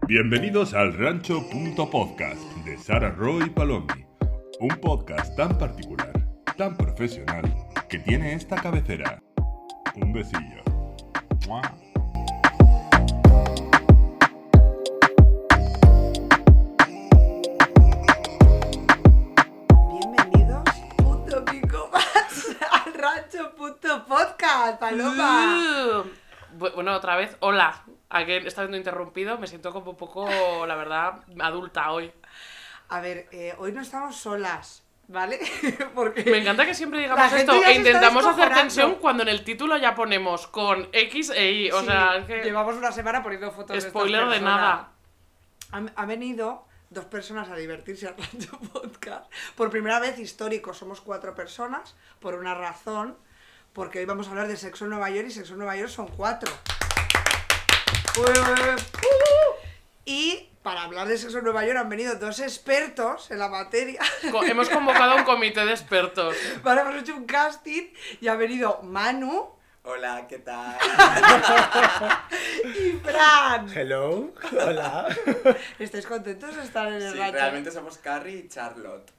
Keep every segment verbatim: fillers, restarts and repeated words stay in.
Bienvenidos al Rancho.podcast de Sara Roy y Palomi, un podcast tan particular, tan profesional, que tiene esta cabecera. Un besillo. ¡Mua! Bienvenidos punto pico más al Rancho.podcast, Paloma. Uh, bueno, otra vez, hola. Alguien está siendo interrumpido, me siento como un poco, la verdad, adulta hoy. A ver, eh, hoy no estamos solas, ¿vale? Porque Me encanta que siempre digamos la gente esto ya e se está intentamos hacer descojonando. tensión cuando en el título ya ponemos con X e Y. O sí, sea, es que llevamos una semana poniendo fotos de spoiler estas de personas. nada. Han, han venido dos personas a divertirse al Rancho Podcast. Por primera vez histórico, somos cuatro personas, por una razón, porque hoy vamos a hablar de Sexo en Nueva York y Sexo en Nueva York son cuatro. Y para hablar de Sexo en Nueva York han venido dos expertos en la materia. Co- Hemos convocado a un comité de expertos. Vale, hemos hecho un casting y ha venido Manu Hola, ¿qué tal? y Fran. Hello, hola. ¿Estáis contentos de estar en el Sí, rancho? realmente somos Carrie y Charlotte.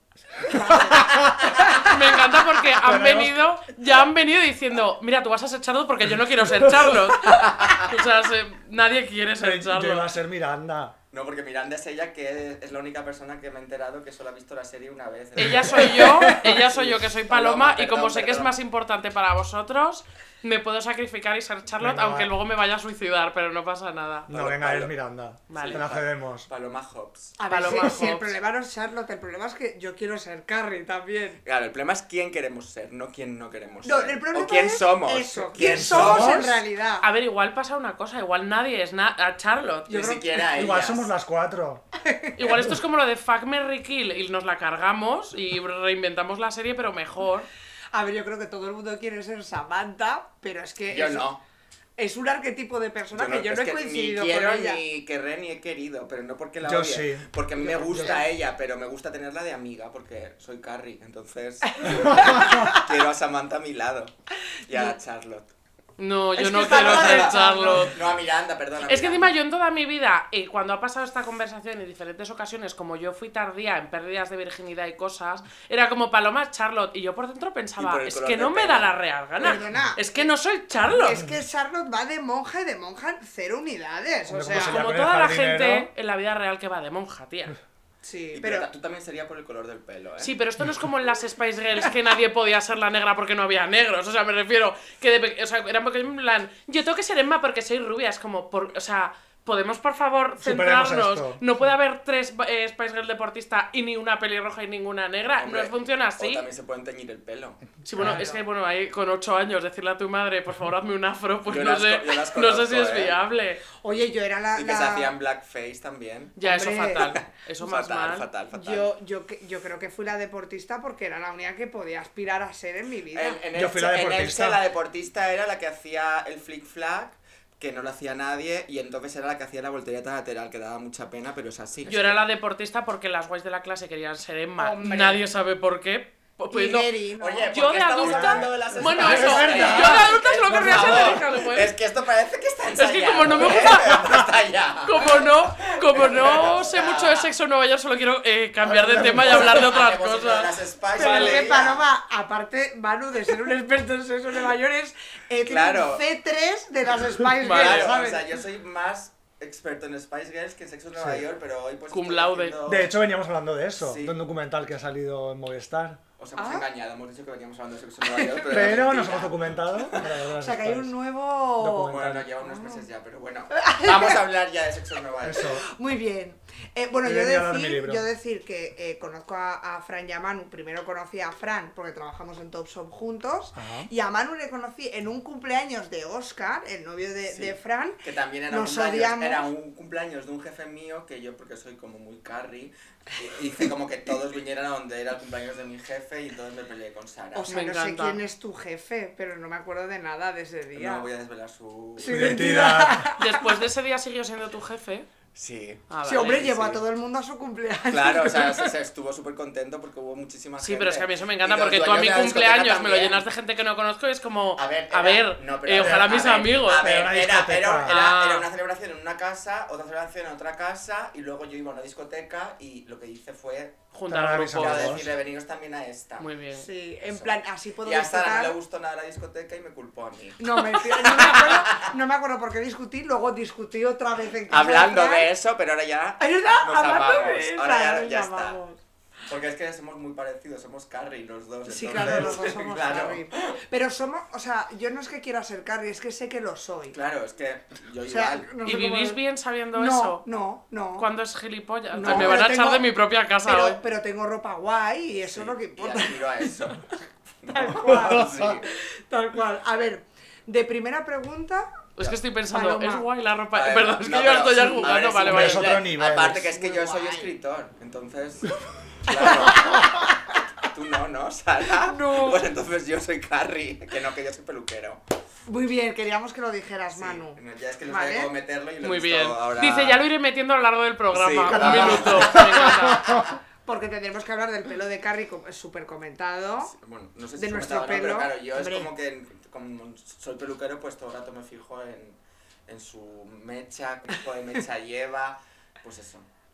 Me encanta porque han Pero- venido, ya han venido diciendo, mira, tú vas a ser Charlotte porque yo no quiero ser Charlotte. O sea, se- nadie quiere ser Yo iba a Charlotte. ser Miranda. No, porque Miranda es ella que es la única persona que me he enterado que solo ha visto la serie una vez. Ella soy yo, ella soy yo que soy Paloma, Paloma, y como perdón, sé que es perdón. más importante para vosotros, me puedo sacrificar y ser Charlotte, Venga, aunque va. luego me vaya a suicidar, pero no pasa nada. No, Palo- venga, palo. es Miranda. Vale. Te la cedemos. Paloma Hobbs. A ver, Paloma si, si el Hobbs. problema no es Charlotte, el problema es que yo quiero ser Carrie también. Claro, el problema es quién queremos ser, no quién no queremos No, ser. el problema o quién es somos. eso, ¿Quién ¿quién somos somos? en realidad? A ver, igual pasa una cosa, igual nadie es na- a Charlotte. Ni siquiera ellas. Igual somos las cuatro. Igual esto es como lo de Fuck, Marry, Kill, y nos la cargamos y reinventamos la serie, pero mejor. A ver, yo creo que todo el mundo quiere ser Samantha, pero es que Yo es, no. es un arquetipo de persona que yo es no he que coincidido ni quiero, con ella. ni querré, ni he querido, pero no porque la Yo odie. sí. Porque a mí me Yo- gusta yo- ella, pero me gusta tenerla de amiga, porque soy Carrie, entonces quiero a Samantha a mi lado. Y a Charlotte. No, yo Es que no está quiero mal ser hecha, Charlotte. No, a Miranda, perdona. Es que Miranda. encima yo en toda mi vida, eh, cuando ha pasado esta conversación en diferentes ocasiones, como yo fui tardía en pérdidas de virginidad y cosas, era como Paloma Charlotte, y yo por dentro Y pensaba, por el es color que de no me pelo. da la real gana, Perdona. es que no soy Charlotte. Es que Charlotte va de monja y de monja en cero unidades. O Hombre, sea, como si ya Como con toda el la jardinero- gente en la vida real que va de monja, tía. sí, Y pero pero tú también sería por el color del pelo, ¿eh? Sí, pero esto no es como en las Spice Girls que nadie podía ser la negra porque no había negros. O sea, me refiero que de pe- o sea, era porque en plan, yo tengo que ser Emma porque soy rubia. Es como, por, o sea, podemos por favor Superemos centrarnos. esto. No puede haber tres eh, Spice Girls deportistas y ni una pelirroja y ninguna negra. Hombre, no funciona O así. también se pueden teñir el pelo. Sí, bueno, Claro. es que bueno, ahí con ocho años decirle a tu madre, por favor, hazme un afro, pues Yo no las sé, co- yo las no sé si conozco, es ¿eh? viable. oye, yo era la, Y que la- se hacían blackface también. Ya, eso Hombre. fatal. Eso más fatal, mal. fatal, fatal. yo, yo, que- yo creo que fui la deportista porque era la única que podía aspirar a ser en mi vida. En, en Yo fui la Elche- en deportista. Elche la deportista era la que hacía el flick flag, que no lo hacía nadie, y entonces era la que hacía la voltereta lateral, que daba mucha pena, pero es así. Yo era la deportista porque las guays de la clase querían ser Emma. Hombre. Nadie sabe por qué. Pues Y no- Gary, ¿no? Oye, Yo ¿por qué de estamos adulta- hablando de las Bueno, Spice eso, Girls? yo de adulta solo Por querría ser favor. de Halloween. Es que esto parece que está Es que ensayado. como no me ¿eh? gusta- Basta ya. Como no, como no sé mucho de sexo en Nueva York, solo quiero eh, cambiar de tema y hablar de otras Hacemos esto de las cosas. Spice Pero Vale. es que Girls. Paloma, aparte, Manu, de ser un experto en sexo en Nueva York, es eh, tiene Claro. un C tres de las Spice Girls, Vale. Claro, o ¿sabes? sea, yo soy más experto en Spice Girls que en Sexo en Nueva Sí. York, pero hoy pues Cum estoy laude. haciendo- De hecho, veníamos hablando de eso, Sí. de un documental que ha salido en Movistar. Os hemos Ah. engañado, hemos dicho que veníamos hablando de Sexo en Nueva York, pero, Pero era nos mentira. hemos documentado. para ver O las sea, que hay un Spice. nuevo... Documental. Bueno, no, lleva unos meses ya, pero bueno. Vamos a hablar ya de Sexo en Nueva York. Eso. Muy bien. Eh, bueno, Yo yo venía a dar mi decir, libro. yo decir que eh, conozco a, a Fran y a Manu. Primero conocí a Fran porque trabajamos en Top Shop juntos. Ajá. Y a Manu le conocí en un cumpleaños de Oscar, el novio de, Sí. de Fran. Que también era, Nos un cumpleaños, odiamos. era un cumpleaños de un jefe mío que yo, porque soy como muy carry, hice como que todos vinieran a donde era el cumpleaños de mi jefe y entonces me peleé con Sara. O sea, Me no sé encanta. quién es tu jefe, pero no me acuerdo de nada de ese día. No voy a desvelar su... Su Identidad. Después de ese día siguió siendo tu jefe. Sí. Ah, Sí, vale. hombre, llevó sí. a todo el mundo a su cumpleaños. Claro, o sea, se, se estuvo súper contento porque hubo muchísima Sí, gente. pero es que a mí eso me encanta Y los porque tú a dueños mi de la discoteca cumpleaños me lo también. llenas de gente que no conozco y es como, A ver, a era- ver, no, pero eh, a ver, ojalá a mis ver, amigos. A ver, Pero una era, discoteca. era- era- Ah. era una celebración en una casa, otra celebración en otra casa, y luego yo iba a una discoteca y lo que hice fue Juntar Claro, a mis grupos. para amigos. decirle, veniros también a esta. Muy bien. Sí, en Eso. plan, así puedo Y a Sara no disfrutar. le gustó nada la discoteca y me culpó a mí. No, mentira, no me acuerdo, no me acuerdo por qué discutí, luego discutí otra vez en casa. Hablando Fran. de eso, pero ahora ya Ahí está, nos hablando amamos. de eso, Ahora ya, nos ya está. amamos. Porque es que somos muy parecidos, somos Carrie los dos. Sí, entonces- claro, los dos somos claro. Carrie. Pero somos, o sea, yo no es que quiera ser Carrie, es que sé que lo soy. Claro, es que yo O sea, igual. no ¿Y sé cómo- vivís bien sabiendo no, eso? No, no. ¿Cuándo es gilipollas? No, me van a pero echar tengo- de mi propia casa pero, hoy. pero tengo ropa guay y eso Sí, es lo que y importa. aspiro a eso. Tal cual. Sí. Tal cual. A ver, de primera pregunta, Es que estoy pensando, Paloma. es guay la ropa. A ver, Perdón, es que no, yo pero estoy ya sí, a jugando, ver, es vale, un- vale. es otro nivel. Aparte que es que Muy yo soy guay. escritor, entonces. Claro. Tú no, ¿no, Sara? No. Pues entonces yo soy Carrie, que no, que yo soy peluquero. muy bien, queríamos que lo dijeras, Sí, Manu. no, ya es que no Vale. sabía cómo meterlo y lo he Muy visto bien. ahora. Dice, ya lo iré metiendo a lo largo del programa. Sí, Un claro. minuto. Me encanta. Porque tendremos que hablar del pelo de Carrie, como es súper comentado. Bueno, no sé si de es nuestro comentado, ¿no? pelo. Pero claro, yo Hombre. es como que como soy peluquero, pues todo el rato me fijo en, en su mecha, qué tipo de mecha lleva, pues eso.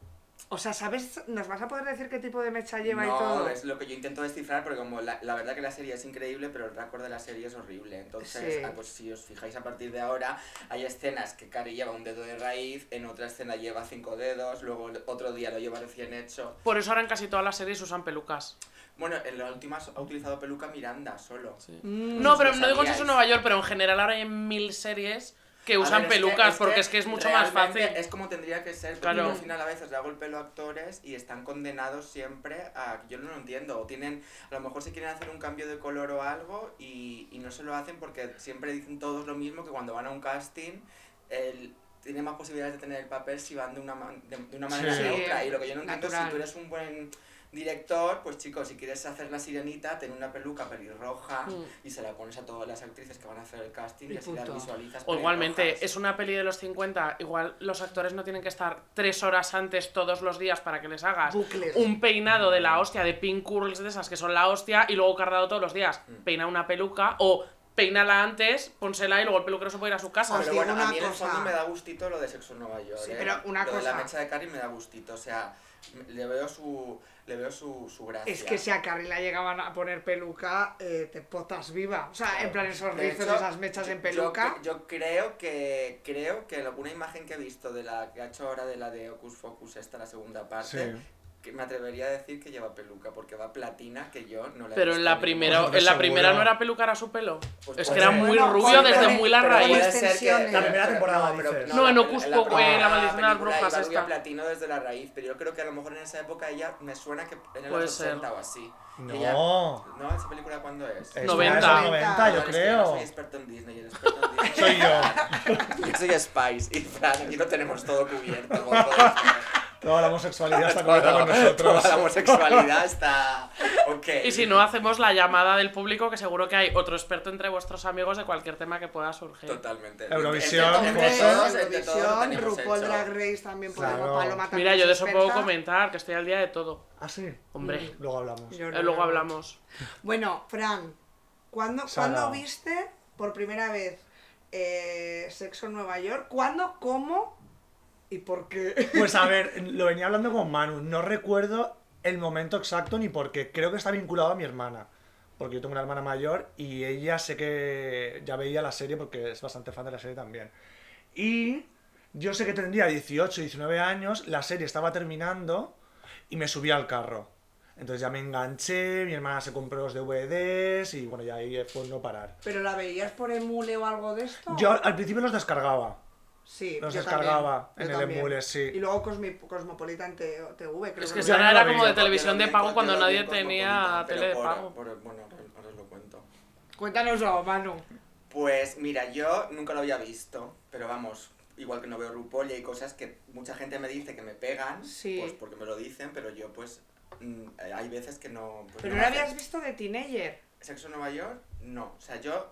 O sea, ¿sabes? ¿Nos vas a poder decir qué tipo de mecha lleva y No, todo? es lo que yo intento descifrar, porque como la, la verdad que la serie es increíble, pero el récord de la serie es horrible. Entonces, Sí. ah, pues si os fijáis a partir de ahora, hay escenas que Carrie lleva un dedo de raíz, en otra escena lleva cinco dedos, luego el otro día lo lleva recién hecho. Por eso ahora en casi todas las series usan pelucas. Bueno, en la última ha utilizado peluca Miranda solo. Sí. Mm. No, pero lo no digo si es sabíais. en Nueva York, pero en general ahora hay mil series que A usan ver, es que- pelucas es porque que es que es mucho más realmente fácil. Es como tendría que ser, porque Claro. yo al final a veces le hago el pelo a actores y están condenados siempre a... Yo no lo entiendo, o tienen... A lo mejor se quieren hacer un cambio de color o algo y, y no se lo hacen porque siempre dicen todos lo mismo, que cuando van a un casting... El, tienen más posibilidades de tener el papel si van de una, man- de, de una manera Sí. que otra. Y lo que yo no entiendo es si Natural. tú eres un buen director, pues chicos, si quieres hacer la sirenita, ten una peluca pelirroja Mm. y se la pones a todas las actrices que van a hacer el casting y, Y así las punto. visualizas. O igualmente, pelirrojas. es una peli de los cincuenta, igual los actores no tienen que estar tres horas antes todos los días para que les hagas Bucles. un peinado de la hostia, de pin curls de esas que son la hostia, y luego cardado todos los días. Mm. Peina una peluca o peínala antes, pónsela y luego el peluquero se puede ir a su casa. Os Pero digo bueno, a una mí en el cosa. fondo me da gustito lo de Sexo en Nueva York. Sí, ¿eh? pero una lo de la cosa. mecha de Carrie me da gustito, o sea, m- le veo su, le veo su, su gracia. Es que si a Carrie la llegaban a poner peluca, eh, te potas viva. O sea, Claro. en plan esos De rizos, hecho, esas mechas yo- en peluca. Yo, yo creo que creo que alguna imagen que he visto de la que ha hecho ahora de la de Hocus Focus, esta la segunda parte, Sí. que me atrevería a decir que lleva peluca, porque va platina que yo no la he Pero visto en la ni primera, Pues en la seguro. primera no era peluca, era su pelo. Pues es puede que era ser. muy Bueno, rubio con- desde con- muy la pero raíz. puede Puede ser que extensiones. La primera pero- temporada no, pero dices. No, en la- Hocus la Pocus, primera eh, la maldición de las película brujas iba rubia esta. platino desde la raíz, pero yo creo que a lo mejor en esa época ella me suena que era en Puede los ser. ochenta o así. No. Ella- ¿No? ¿Esa película cuándo es? Es noventa. de los noventa, yo Vale, es que yo no creo. soy experto en Disney, el experto en Disney Soy yo. Yo soy Spice y Fran, aquí lo tenemos todo cubierto. como todo. Toda la homosexualidad está Toda- conectada con Toda nosotros. la homosexualidad está... Ok. Y si no, hacemos la llamada del público, que seguro que hay otro experto entre vuestros amigos de cualquier tema que pueda surgir. Totalmente. Eurovisión, Entre- entre Hombre, todos, entre todos lo Eurovisión, tenemos RuPaul hecho. Drag Race también podemos. Claro. Paloma también Mira, yo es de eso puedo experta. comentar, que estoy al día de todo. Ah, sí. Hombre, Luego hablamos. Yo no, eh, luego no. hablamos. Bueno, Fran, ¿cuándo, Sara. ¿cuándo viste por primera vez eh, Sexo en Nueva York? ¿Cuándo, cómo y por qué? Pues a ver, lo venía hablando con Manu. No recuerdo el momento exacto ni por qué. Creo que está vinculado a mi hermana. Porque yo tengo una hermana mayor y ella sé que ya veía la serie porque es bastante fan de la serie también. Y yo sé que tendría dieciocho, diecinueve años, la serie estaba terminando y me subí al carro. Entonces ya me enganché, mi hermana se compró los D V Ds y bueno, ya ahí fue no parar. ¿Pero la veías por emule o algo de esto? Yo al principio los descargaba. sí, los yo descargaba también, en yo el también. emule, sí. Y luego Cosmi- Cosmopolitan T V, creo Es que que lo- Ya Sara no era lo como vi. de televisión de pago cuando nadie tenía tele de por, pago. por- bueno, ahora os lo cuento. Cuéntanoslo, Manu. Pues mira, yo nunca lo había visto, pero vamos, igual que no veo RuPaul y hay cosas que mucha gente me dice que me pegan, Sí. pues porque me lo dicen, pero yo pues mm, hay veces que no... Pues ¿Pero no no me lo habías hace- visto de teenager? ¿Sexo en Nueva York? No, o sea, yo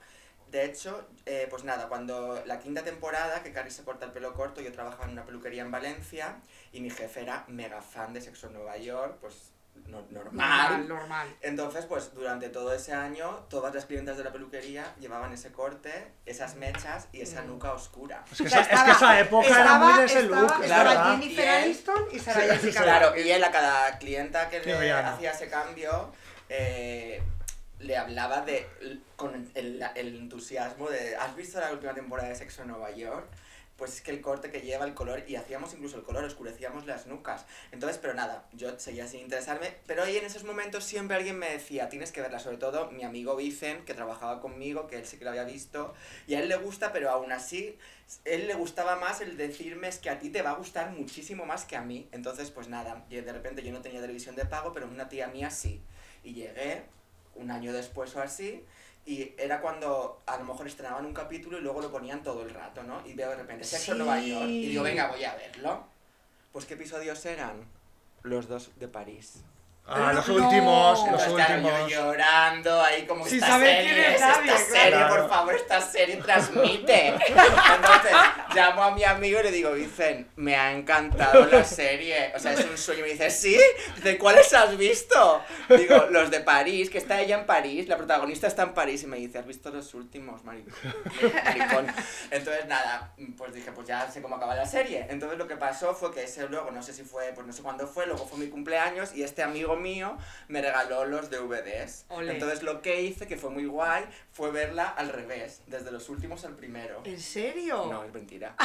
De hecho, eh, pues nada, cuando la quinta temporada, que Carrie se corta el pelo corto, yo trabajaba en una peluquería en Valencia y mi jefe era mega fan de Sexo en Nueva York, pues no, normal. Normal, normal. Entonces, pues durante todo ese año, todas las clientas de la peluquería llevaban ese corte, esas mechas y esa nuca oscura. Es que, O sea, esa, es que esa época era estaba- muy de ese estaba- look. es Estaba verdad. Jennifer Y él- Aniston y Sarah Sí, Jessica claro. Claro, y él a cada clienta que Sí, le Rihanna. hacía ese cambio, eh, le hablaba de con el, el entusiasmo de ¿has visto la última temporada de Sexo en Nueva York? Pues es que el corte que lleva, el color, y hacíamos incluso el color, oscurecíamos las nucas. Entonces, pero nada, yo seguía sin interesarme, pero ahí en esos momentos siempre alguien me decía, tienes que verla, sobre todo mi amigo Vicen, que trabajaba conmigo, que él sí que lo había visto, y a él le gusta, pero aún así, él le gustaba más el decirme es que a ti te va a gustar muchísimo más que a mí. Entonces, pues nada, y de repente yo no tenía televisión de pago, pero una tía mía sí. Y llegué un año después o así, y era cuando a lo mejor estrenaban un capítulo y luego lo ponían todo el rato, ¿no? Y veo de repente Sexo en Sí. Nueva York y digo, venga, voy a verlo. Pues ¿qué episodios eran? Los dos de París. Ah, los No. últimos, los Entonces, claro, últimos. yo llorando ahí como Sin esta saber serie, quién es esta nadie, serie, claro. por favor, esta serie transmite. Entonces llamo a mi amigo y le digo, Vicen, me ha encantado la serie, o sea, es un sueño. Y me dice, ¿sí? ¿De cuáles has visto? Digo, los de París, que está ella en París, la protagonista está en París, y me dice, ¿has visto los últimos, maricón? maricón? Entonces nada, pues dije, pues ya sé cómo acaba la serie. Entonces lo que pasó fue que ese luego, no sé si fue, pues no sé cuándo fue, luego fue mi cumpleaños y este amigo mío me regaló los D V Ds. Ole. Entonces lo que hice, que fue muy guay, fue verla al revés, desde los últimos al primero. ¿En serio? No, es mentira.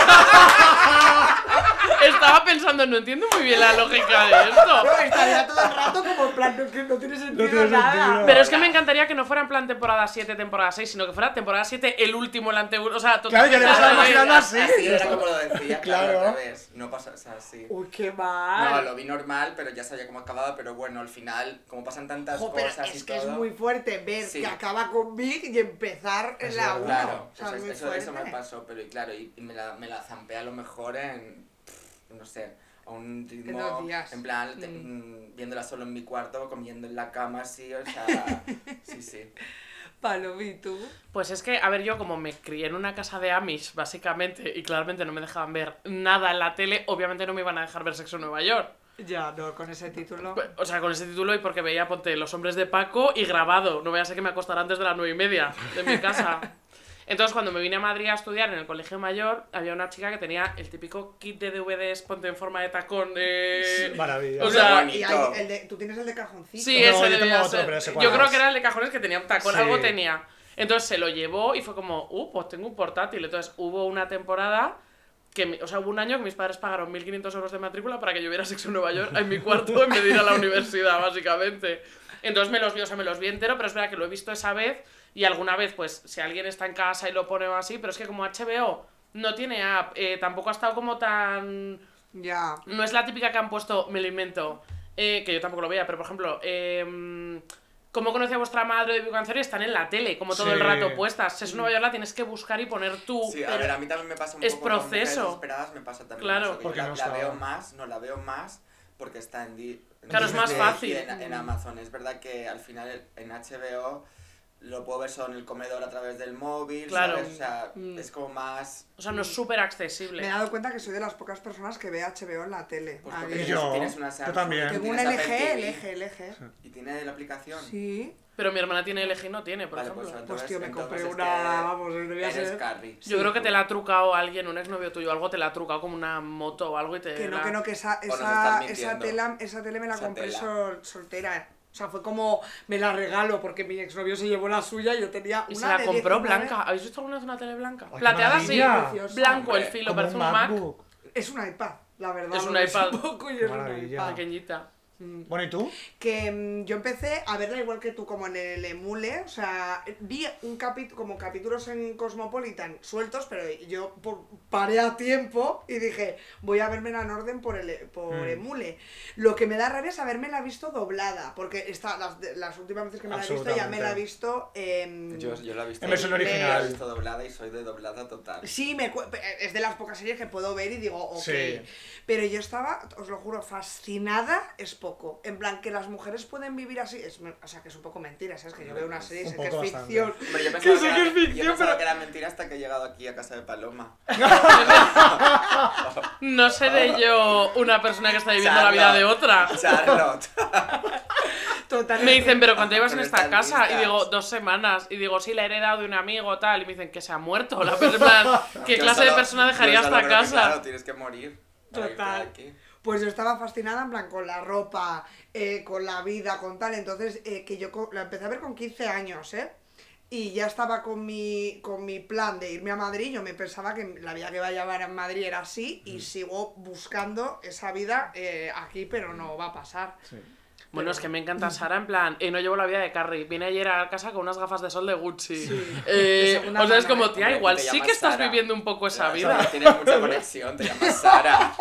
Estaba pensando, no entiendo muy bien la lógica de esto. No, estaría todo el rato como en plan, no, que no tiene sentido tiene nada. sentido. Pero es que me encantaría que no fuera en plan temporada siete, temporada seis, sino que fuera temporada siete, el último, el anteúltimo. O sea, Claro, yo totalmente lo estaba al revés. imaginando así. Así era como lo decía, claro, Claro. al revés. No pasa, o sea, así. Uy, qué No, mal. lo vi normal, pero ya sabía cómo acababa, pero bueno, al final, como pasan tantas Jo, pero cosas y es que todo... es muy fuerte ver Sí. que acaba con Vic y empezar en Es la verdad. uno. Claro, O sea, eso, es muy eso, eso me fuerte. pasó, pero y claro, y, y me, la, me la zampé a lo mejor en, pff, no sé, a un ritmo, En dos días. en plan, te- Mm. mm, viéndola solo en mi cuarto, comiendo en la cama así, o sea, sí, sí. Palomi, ¿tú? Pues es que, a ver, yo como me crié en una casa de Amish, básicamente, y claramente no me dejaban ver nada en la tele, obviamente no me iban a dejar ver Sexo en Nueva York. Ya, no, con ese título. O sea, con ese título y porque veía, ponte, Los Hombres de Paco y grabado. No voy a ser que me acostara antes de las nueve y media de mi casa. Entonces, cuando me vine a Madrid a estudiar en el colegio mayor, había una chica que tenía el típico kit de D V Ds, ponte en forma de tacón. Eh... Maravilla. O sea, bonito. Y hay el de, tú tienes el de cajoncito. Sí, No, ese yo tengo debía otro, ser. pero ese Yo cuál creo es. que era el de cajones que tenía un tacón, Sí. algo tenía. Entonces se lo llevó y fue como, uh, pues tengo un portátil. Entonces hubo una temporada que, mi- o sea, hubo un año que mis padres pagaron mil quinientos euros de matrícula para que yo viera Sexo en Nueva York en mi cuarto en vez de ir a la universidad, básicamente. Entonces me los vi, o sea, me los vi entero, pero es verdad que lo he visto esa vez y alguna vez, pues, si alguien está en casa y lo pone o así, pero es que como H B O no tiene app, eh, tampoco ha estado como tan... Ya. No es la típica que han puesto, me lo invento, eh, que yo tampoco lo veía, pero por ejemplo, eh, ¿cómo conocí a vuestra madre de Big Bang Theory? Están en la tele, como todo Sí. el rato puestas. Si es Nueva York la tienes que buscar y poner tú. Sí, a pero- ver, a mí también me pasa un es poco con Mujeres proceso. Desesperadas, me pasa también Claro. eso, que Porque yo no la, la estaba. veo más, no la veo más porque está en, di- en Claro, es más Disney fácil. y en, en Amazon. Es verdad que al final en H B O lo puedo ver solo en el comedor a través del móvil, Claro. ¿sabes? O sea, Mm. es como más... O sea, no es súper accesible. Me he dado cuenta que soy de las pocas personas que ve H B O en la tele. Pues Ahí. porque Y tienes, yo, tienes una yo Samsung, también. tú Tengo un tienes L Apple G, T V L G, L G. y tiene la aplicación. Sí. Pero mi hermana tiene L G y no tiene, por Vale, ejemplo. pues, Pues tío, me entonces compré es una, que vamos, debía eres ser. Carrie. Yo creo que te la ha trucado alguien, un exnovio tuyo, algo te la ha trucado como una moto o algo y te Que no, la- que no, que esa, nos esa, estás esa, mintiendo. tela, esa tele me la Esa compré tela. sol- soltera. O sea, fue como, me la regalo porque mi exnovio se llevó la suya y yo tenía Y una se la de compró diecinueve. blanca. ¿Habéis visto alguna vez una tele blanca? Ay, qué Plateada sí. maravilla. Preciosa. Blanco el Hombre, filo, Como parece un un Mac. MacBook. Es un iPad, la verdad. Es lo un ves iPad. un poco y es un Maravilla. iPad. Pequeñita. Bueno, ¿y tú? Que mm, yo empecé a verla igual que tú, como en el emule, o sea, vi un capítulo, como capítulos en Cosmopolitan sueltos, pero yo por- paré a tiempo y dije, voy a verme en orden por, el, por Mm. emule. Lo que me da rabia es habérmela visto doblada, porque esta, las, de- las últimas veces que me la he visto ya me la he Absolutamente. visto en... Yo, yo la he visto En versión yo la he original. visto doblada y soy de doblada total. Sí, me cu- es de las pocas series que puedo ver y digo, ok. Sí. Pero yo estaba, os lo juro, fascinada, Spock. poco. En plan, que las mujeres pueden vivir así. Es, o sea, que es un poco mentira, ¿sabes? Que yo veo una serie y Un sé que es poco bastante. ficción. Hombre, yo Que pensaba, sé que, que era, es ficción, yo pensaba pero- que era mentira hasta que he llegado aquí a casa de Paloma. No seré yo una persona que está viviendo la vida Charlotte. de otra. Charlotte. Totalmente. Me dicen, pero ¿cuánto llevas en Pero esta están casa? Y listas. digo, dos semanas. Y digo, sí, la he heredado de un amigo, tal. Y me dicen que se ha muerto la persona. ¿Qué Yo clase de solo- persona yo dejaría solo esta creo que, casa? Claro, tienes que morir. para irte de Total. aquí. Pues yo estaba fascinada, en plan, con la ropa, eh, con la vida, con tal. Entonces, eh, que yo co- la empecé a ver con quince años, ¿eh? Y ya estaba con mi, con mi plan de irme a Madrid. Yo me pensaba que la vida que iba a llevar en Madrid era así. Y sigo buscando esa vida eh, aquí, pero no va a pasar. Sí. Bueno, es que me encanta Sara, en plan, eh, no llevo la vida de Carrie. Vine ayer a casa con unas gafas de sol de Gucci. Eh, De segunda o sea, es mano, como, ¿eh? tía, Hombre, igual te sí llamas que estás Sara. viviendo un poco esa O sea, vida. tienes mucha conexión, te llamas Sara.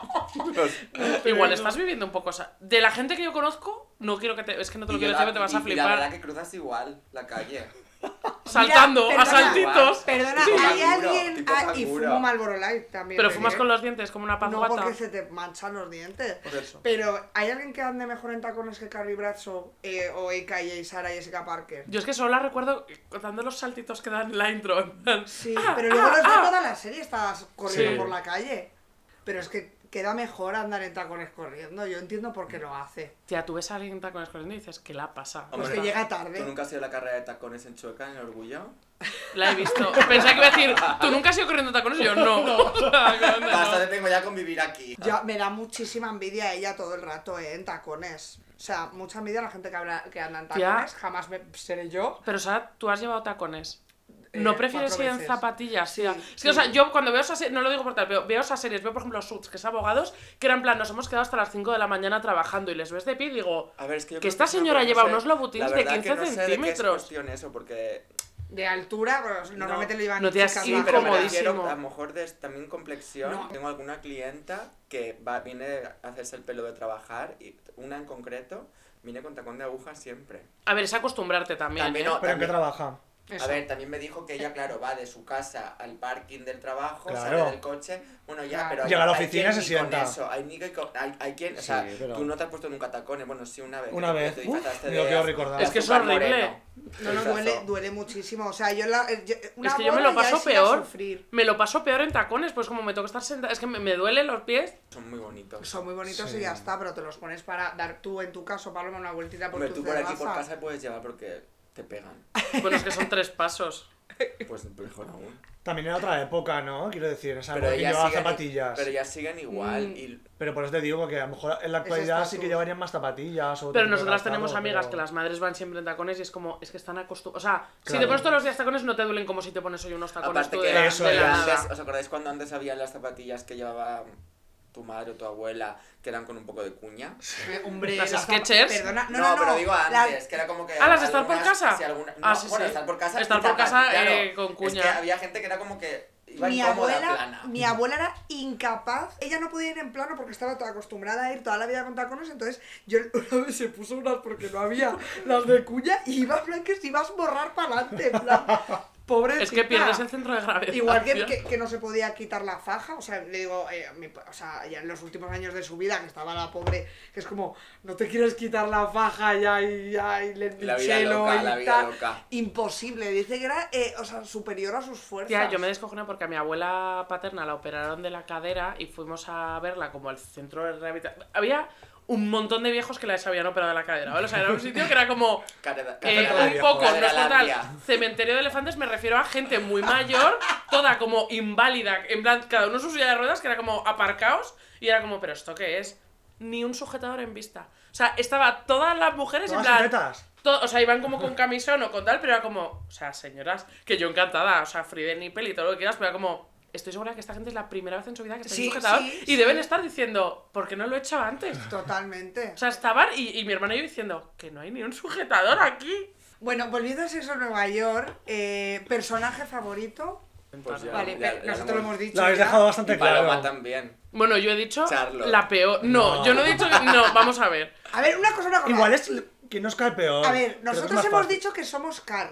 Igual estás viviendo un poco esa... De la gente que yo conozco, no quiero que te... Es que no te lo Y quiero yo decir, la- te vas y- a y La flipar. verdad que cruzas igual la calle. Saltando, Mira, a perdona, saltitos. Perdona, Tipo hay canguro, alguien... tipo ah, y canguro. fumo Marlboro Light también. Pero te fumas diré. con los dientes como una paz No, guata. porque se te manchan los dientes. Por eso. Pero, ¿hay alguien que ande mejor en tacones que Carrie Bradshaw eh, o A K J Sarah Jessica Parker? Yo es que solo la recuerdo dando los saltitos que dan en la intro. en plan, Sí, ah, pero luego ah, los de ah. toda la serie estás corriendo Sí. por la calle. Pero es que queda mejor andar en tacones corriendo. Yo entiendo por qué lo hace. Tía, tú ves a alguien en tacones corriendo y dices, ¿qué la pasa? Pues Hombre, que llega ¿Tú tarde. nunca has ido a la carrera de tacones en Chueca, en Orgullo? La he visto. Pensaba que iba a decir, ¿tú nunca has ido corriendo en tacones? Y yo, no. O sea, ¿qué onda, Basta no? te tengo ya con vivir aquí. Ya, me da muchísima envidia a ella todo el rato, eh, en tacones. O sea, mucha envidia a la gente que, habla, que anda en Tía. tacones. Jamás me, seré yo. Pero, Sara, tú has llevado tacones. Eh, ¿No prefieres cuatro ir en veces. zapatillas, tía? Sí, Es que, o sí. sea, yo cuando veo esas series, no lo digo por tal, veo, veo esas series, veo por ejemplo Suits, que es abogados, que eran en plan, nos hemos quedado hasta las cinco de la mañana trabajando y les ves de pie y digo, A ver, es que yo Que creo esta es una señora cosa- lleva no sé, unos Louboutins la de verdad que quince no sé de qué es centímetros. cuestión eso, porque... De altura, pues, normalmente No. lo llevan No, tía, chicas sí, bajas. pero me incomodísimo. refiero a lo mejor de también complexión. No. Tengo alguna clienta que va, viene a hacerse el pelo de trabajar y una en concreto viene con tacón de aguja siempre. A ver, es acostumbrarte también, También ¿eh? no. ¿Pero en qué también- trabaja? Eso. A ver, también me dijo que ella, claro, va de su casa al parking del trabajo, Claro. sale del coche, bueno, ya, Claro. pero hay, Llega a la hay oficina quien y ni se con sienta. eso, hay, ni que con- hay, hay quien, o Sí, sea, pero- tú no te has puesto nunca tacones, bueno, sí una vez. Una que vez. te Uf, disfrazaste ni lo de quiero az- recordar. de Es que es azúcar horrible. moreno. No, no, Disfrazó. duele, duele muchísimo. O sea, yo, la, yo una Es que yo me boda lo ya paso es ir a peor. sufrir. Me lo paso peor en tacones, pues como me toca estar sentada, es que me, me duelen los pies. Son muy bonitos. Son muy bonitos Sí. y ya está, pero te los pones para dar tú, en tu caso, Paloma, una vueltita por Hombre, tu tú por aquí por terraza. casa puedes llevar porque te pegan. Bueno, es que son tres pasos. Pues mejor aún. También era otra época, ¿no? Quiero decir, esa época que ellas llevaba siguen- zapatillas. Pero ya siguen igual Mm. y Pero por eso te digo que a lo mejor en la actualidad sí estatus. que llevarían más zapatillas. O otro Pero tipo de nosotras calzado, tenemos amigas pero- que las madres van siempre en tacones y es como, es que están acostumbradas. O sea, si Claro. te pones todos los días tacones no te duelen como si te pones hoy unos tacones aparte tú que de la, Eso de la es. nada. antes, ¿os acordáis cuando antes había las zapatillas que llevaba tu madre o tu abuela que eran con un poco de cuña? Eh, hombre, Las las Skechers. Perdona, no, No, no, no. pero digo las- antes, que era como que... Ah, ¿las de estar por algunas- casa? sí, alguna- Ah, no, sí, bueno, sí. estar por casa... Estar y por zapati- casa, claro, eh, con Es cuña. que había gente que era como que iba Mi incómoda, abuela, plana. mi abuela era incapaz, ella no podía ir en plano porque estaba toda acostumbrada a ir toda la vida con tacones, entonces yo una vez se puso unas porque no había las de cuña y iba en plan que se ibas a borrar para adelante, en plan, pobrecita. Es que pierdes el centro de gravedad. Igual que, tía. que, que no se podía quitar la faja, o sea, le digo, eh, mi pa- o sea, ya en los últimos años de su vida, que estaba la pobre, que es como, no te quieres quitar la faja ya y ya y le La vida lichelo loca, y la vida tal. loca. Imposible, dice que era, eh, o sea, superior a sus fuerzas. Tía, yo me descojoné porque a mi abuela paterna la operaron de la cadera y fuimos a verla como al centro de rehabilitación. Había un montón de viejos que les habían operado de la cadera, ¿vale? O sea, era un sitio que era como Cadera- eh, cadera un de poco, viejo, no es por tal, cadera cementerio de elefantes, me refiero a gente muy mayor, toda como inválida, en plan, cada uno en su silla de ruedas, que era como aparcaos, y era como, ¿pero esto qué es? Ni un sujetador en vista. O sea, estaba todas las mujeres en ¿Todas plan... en tetas? To- o sea, iban como con camisón o con tal, pero era como, o sea, señoras, que yo encantada, o sea, free de nipple y todo lo que quieras, pero era como, estoy segura que esta gente es la primera vez en su vida que está Sí, en sujetador sí, y sí. deben estar diciendo, ¿por qué no lo he hecho antes? Totalmente. O sea, estaban y, y mi hermana y yo diciendo, que no hay ni un sujetador aquí. Bueno, volviendo a Sexo en Nueva York, eh, personaje favorito. Pues ya, Vale, ya- pero ya nosotros lo hemos dicho. Lo habéis ya. dejado bastante Y Paloma claro. también. Bueno, yo he dicho Charlotte. la peor. No, No. yo no he dicho que. No, vamos a ver. A ver, una cosa, una cosa. Igual es que nos cae peor. A ver, Creo que es nosotros más hemos fácil. dicho que somos Carrie.